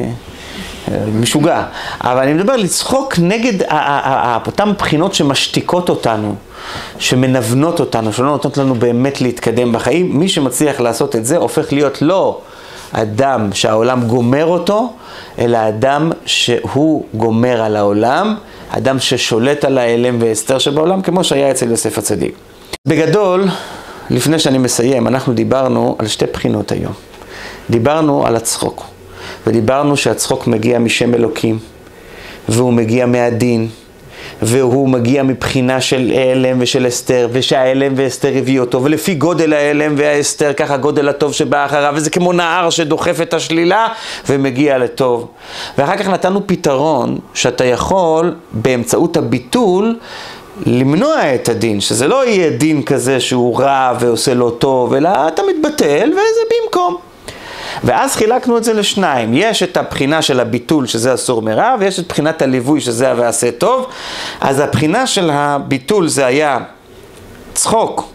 משוגע. אבל אני מדבר לצחוק נגד אותן בחינות שמשתיקות אותנו, שמנוונות אותנו, שלא נותנות לנו באמת להתקדם בחיים. מי שמצליח לעשות את זה הופך להיות לא אדם שהעולם גומר אותו, אלא אדם שהוא גומר על העולם, אדם ששולט על האלם והסתר שבעולם, כמו שהיה אצל יוסף הצדיק. בגדול, לפני שאני מסיים, אנחנו דיברנו על שתי בחינות היום. דיברנו על הצחוק, ודיברנו שהצחוק מגיע משם אלוקים, והוא מגיע מהדין, והוא מגיע מבחינה של האלם ושל אסתר, ושהאלם ואסתר הביא אותו, ולפי גודל האלם והאסתר, ככה גודל הטוב שבא אחריו, וזה כמו נהר שדוחף את השלילה ומגיע לטוב. ואחר כך נתנו פתרון שאתה יכול באמצעות הביטול למנוע את הדין, שזה לא יהיה דין כזה שהוא רע ועושה לו טוב, אלא אתה מתבטל וזה במקום. ואז חילקנו את זה לשניים. יש את הבחינה של הביטול, שזה אסור מרע, ויש את בחינת הליווי, שזה ועשה טוב. אז הבחינה של הביטול זה היה צחוק.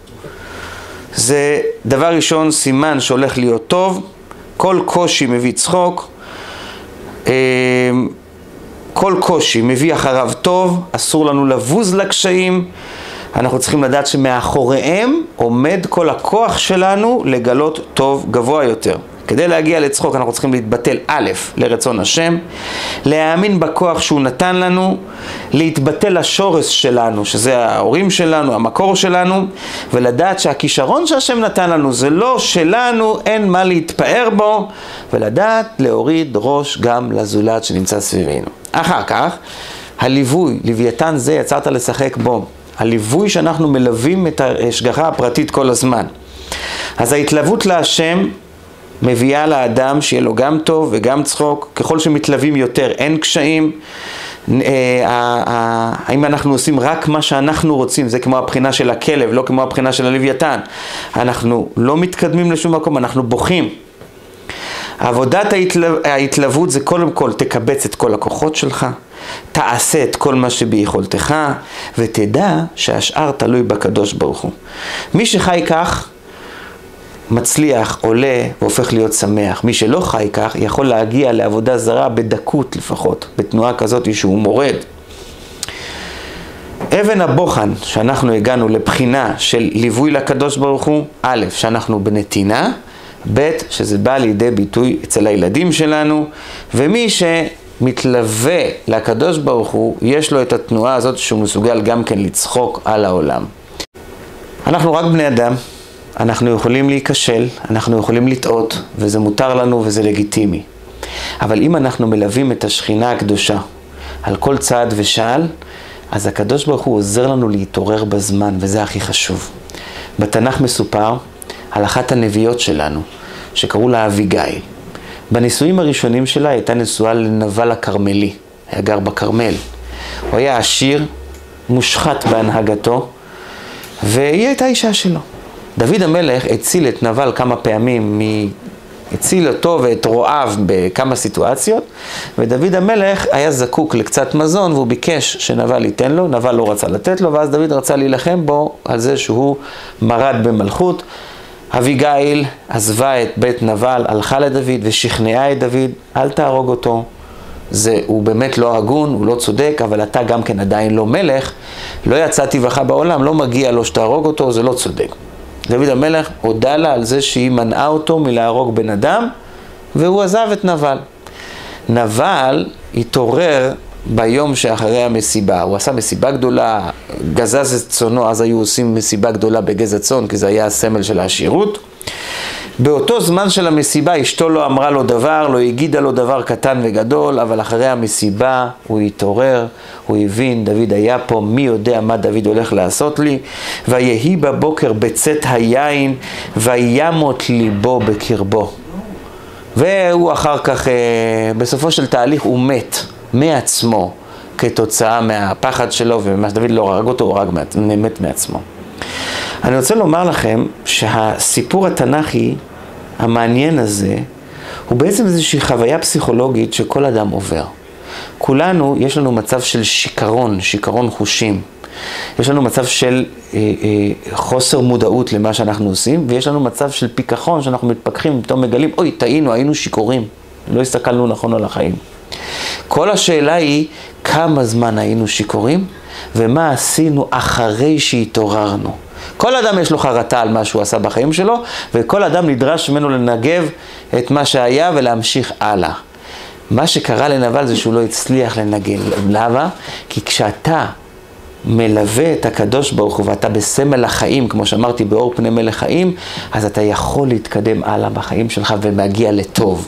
זה דבר ראשון, סימן שהולך להיות טוב. כל קושי מביא צחוק. כל קושי מביא אחריו טוב. אסור לנו לבוז לקשיים. אנחנו צריכים לדעת שמאחוריהם עומד כל הכוח שלנו לגלות טוב גבוה יותר. כדי להגיע לצחוק אנחנו צריכים להתבטל א', לרצון השם, להאמין בכוח שהוא נתן לנו, להתבטל לשורש שלנו, שזה ההורים שלנו, המקור שלנו, ולדעת שהכישרון שהשם נתן לנו זה לא שלנו, אין מה להתפאר בו, ולדעת להוריד ראש גם לזולת שנמצא סביבנו. אחר כך, הליווי, לוויתן זה יצרת לשחק בו. הליווי שאנחנו מלווים את ההשגחה הפרטית כל הזמן. אז ההתלוות להשם מביאה לאדם שיהיה לו גם טוב וגם צחוק. ככל שמתלווים יותר אין קשיים. האם אנחנו עושים רק מה שאנחנו רוצים, זה כמו הבחינה של הכלב, לא כמו הבחינה של הלוויתן. אנחנו לא מתקדמים לשום מקום, אנחנו בוכים. עבודת ההתלוות זה קודם כל תקבץ את כל הכוחות שלך, תעשה את כל מה שביכולתך, ותדע שהשאר תלוי בקדוש ברוך הוא. מי שחי כך, מצליח, עולה והופך להיות שמח. מי שלא חי כך יכול להגיע לעבודה זרה בדקות לפחות, בתנועה כזאת שהוא מורד. אבן הבוחן שאנחנו הגענו לבחינה של ליווי לקדוש ברוך הוא, א', שאנחנו בנתינה, ב', שזה בא לידי ביטוי אצל הילדים שלנו, ומי שמתלווה לקדוש ברוך הוא, יש לו את התנועה הזאת שהוא מסוגל גם כן לצחוק על העולם. אנחנו רק בני אדם. אנחנו יכולים להיכשל, אנחנו יכולים לטעות, וזה מותר לנו וזה לגיטימי. אבל אם אנחנו מלווים את השכינה הקדושה על כל צעד ושעל, אז הקדוש ברוך הוא עוזר לנו להתעורר בזמן, וזה הכי חשוב. בתנ"ך מסופר על אחת הנביאות שלנו, שקראו לה אביגיל. בנישואים הראשונים שלה הייתה נשואה לנבל הכרמלי, היה גר בכרמל. הוא היה עשיר, מושחת בהנהגתו, והיא הייתה אישה שלו. דוד המלך הציל את נבל כמה פעמים, הציל אותו ואת רועב בכמה סיטואציות, ודוד המלך היה זקוק לקצת מזון, והוא ביקש שנבל ייתן לו, נבל לא רצה לתת לו, ואז דוד רצה להילחם בו על זה שהוא מרד במלכות. אביגיל עזבה את בית נבל, הלכה לדוד ושכנעה את דוד, אל תהרוג אותו. הוא באמת לא הגון, הוא לא צודק, אבל אתה גם כן עדיין לא מלך, לא יצא טבעך בעולם, לא מגיע לו שתהרוג אותו, זה לא צודק. דוד המלך הודה לה על זה שהיא מנעה אותו מלהרוג בן אדם, והוא עזב את נבל. נבל התעורר ביום שאחרי המסיבה, הוא עשה מסיבה גדולה, גזז את צונו, אז היו עושים מסיבה גדולה בגז הצאן, כי זה היה הסמל של העשירות. באותו זמן של המסיבה, אשתו לא אמרה לו דבר, לא הגידה לו דבר קטן וגדול, אבל אחרי המסיבה הוא התעורר, הוא הבין, דוד היה פה, מי יודע מה דוד הולך לעשות לי, ויהי בבוקר בצאת היין, וימות ליבו בקרבו. והוא אחר כך, בסופו של תהליך הוא מת מעצמו, כתוצאה מהפחד שלו, ומה שדוד לא הרג אותו, הוא מת מעצמו. אני רוצה לומר לכם שהסיפור התנ"כי המעניין הזה הוא בעצם איזושהי חוויה פסיכולוגית שכל אדם עובר. כולנו יש לנו מצב של שיכרון חושים. יש לנו מצב של חוסר מודעות למה שאנחנו עושים, ויש לנו מצב של פיקחון שאנחנו מתפכחים, פתאום מגלים, אוי, טעינו, היינו שיכורים, לא הסתכלנו נכון על החיים. כל השאלה היא כמה זמן היינו שיכורים ומה עשינו אחרי שהתעוררנו. כל אדם יש לו חרטה על מה שהוא עשה בחיים שלו, וכל אדם נדרש ממנו לנגב את מה שהיה ולהמשיך הלאה. מה שקרה לנבל זה שהוא לא הצליח לנגן. למה? כי כשאתה מלווה את הקדוש ברוך הוא ואתה בסמל החיים, כמו שאמרתי, באור פני מלך חיים, אז אתה יכול להתקדם הלאה בחיים שלך ומגיע לטוב.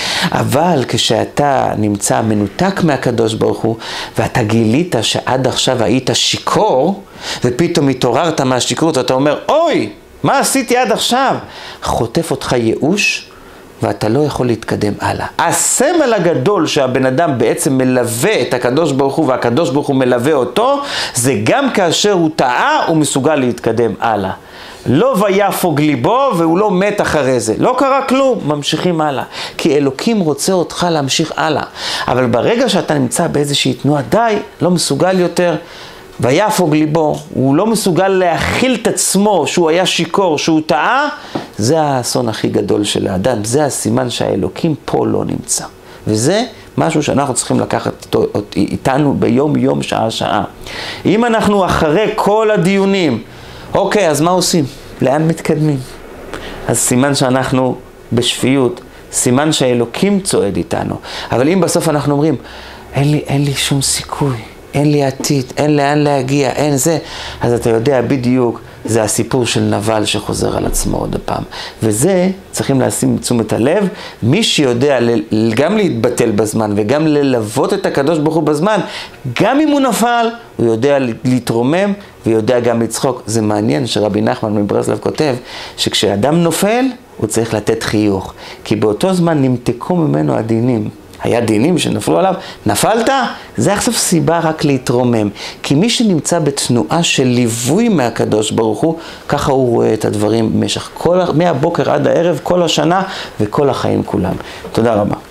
אבל כשאתה נמצא מנותק מהקדוש ברוך הוא, ואתה גילית שעד עכשיו היית שיכור, ופתאום התעוררת מהשכרות, אתה אומר, אוי, מה עשיתי עד עכשיו? חוטף אותך ייאוש, ואתה לא יכול להתקדם הלאה. הסמל הגדול שהבן אדם בעצם מלווה את הקדוש ברוך הוא, והקדוש ברוך הוא מלווה אותו, זה גם כאשר הוא טעה, הוא מסוגל להתקדם הלאה. לא ויפוג ליבו והוא לא מת אחרי זה. לא קרה כלום, ממשיכים הלאה. כי אלוקים רוצה אותך להמשיך הלאה. אבל ברגע שאתה נמצא באיזושהי תנועה, די, לא מסוגל יותר, ויפוג ליבו, הוא לא מסוגל להכיל את עצמו שהוא היה שיכור, שהוא טעה, זה האסון הכי גדול של האדם. זה הסימן שהאלוקים פה לא נמצא. וזה משהו שאנחנו צריכים לקחת איתנו ביום יום, שעה שעה. אם אנחנו אחרי כל הדיונים, אוקיי, אז מה עושים? לאן מתקדמים? אז סימן שאנחנו בשפיות, סימן שהאלוקים צועד איתנו. אבל אם בסוף אנחנו אומרים, אין לי שום סיכוי, אין לי עתיד, אין לאן להגיע, אין זה, אז אתה יודע בדיוק, זה הסיפור של נבל שחוזר על עצמו עוד הפעם. וזה צריכים לשים תשומת הלב, מי שיודע גם להתבטל בזמן וגם ללוות את הקדוש ברוך הוא בזמן, גם אם הוא נפל, הוא יודע להתרומם ויודע גם לצחוק. זה מעניין שרבי נחמן מברסלב כותב שכשאדם נופל, הוא צריך לתת חיוך, כי באותו זמן נמתקו ממנו הדינים. היה דינים שנפלו עליו, נפלת? זה עכשיו סיבה רק להתרומם. כי מי שנמצא בתנועה של ליווי מהקדוש ברוך הוא, ככה הוא רואה את הדברים במשך מהבוקר עד הערב, כל השנה וכל החיים כולם. תודה רבה.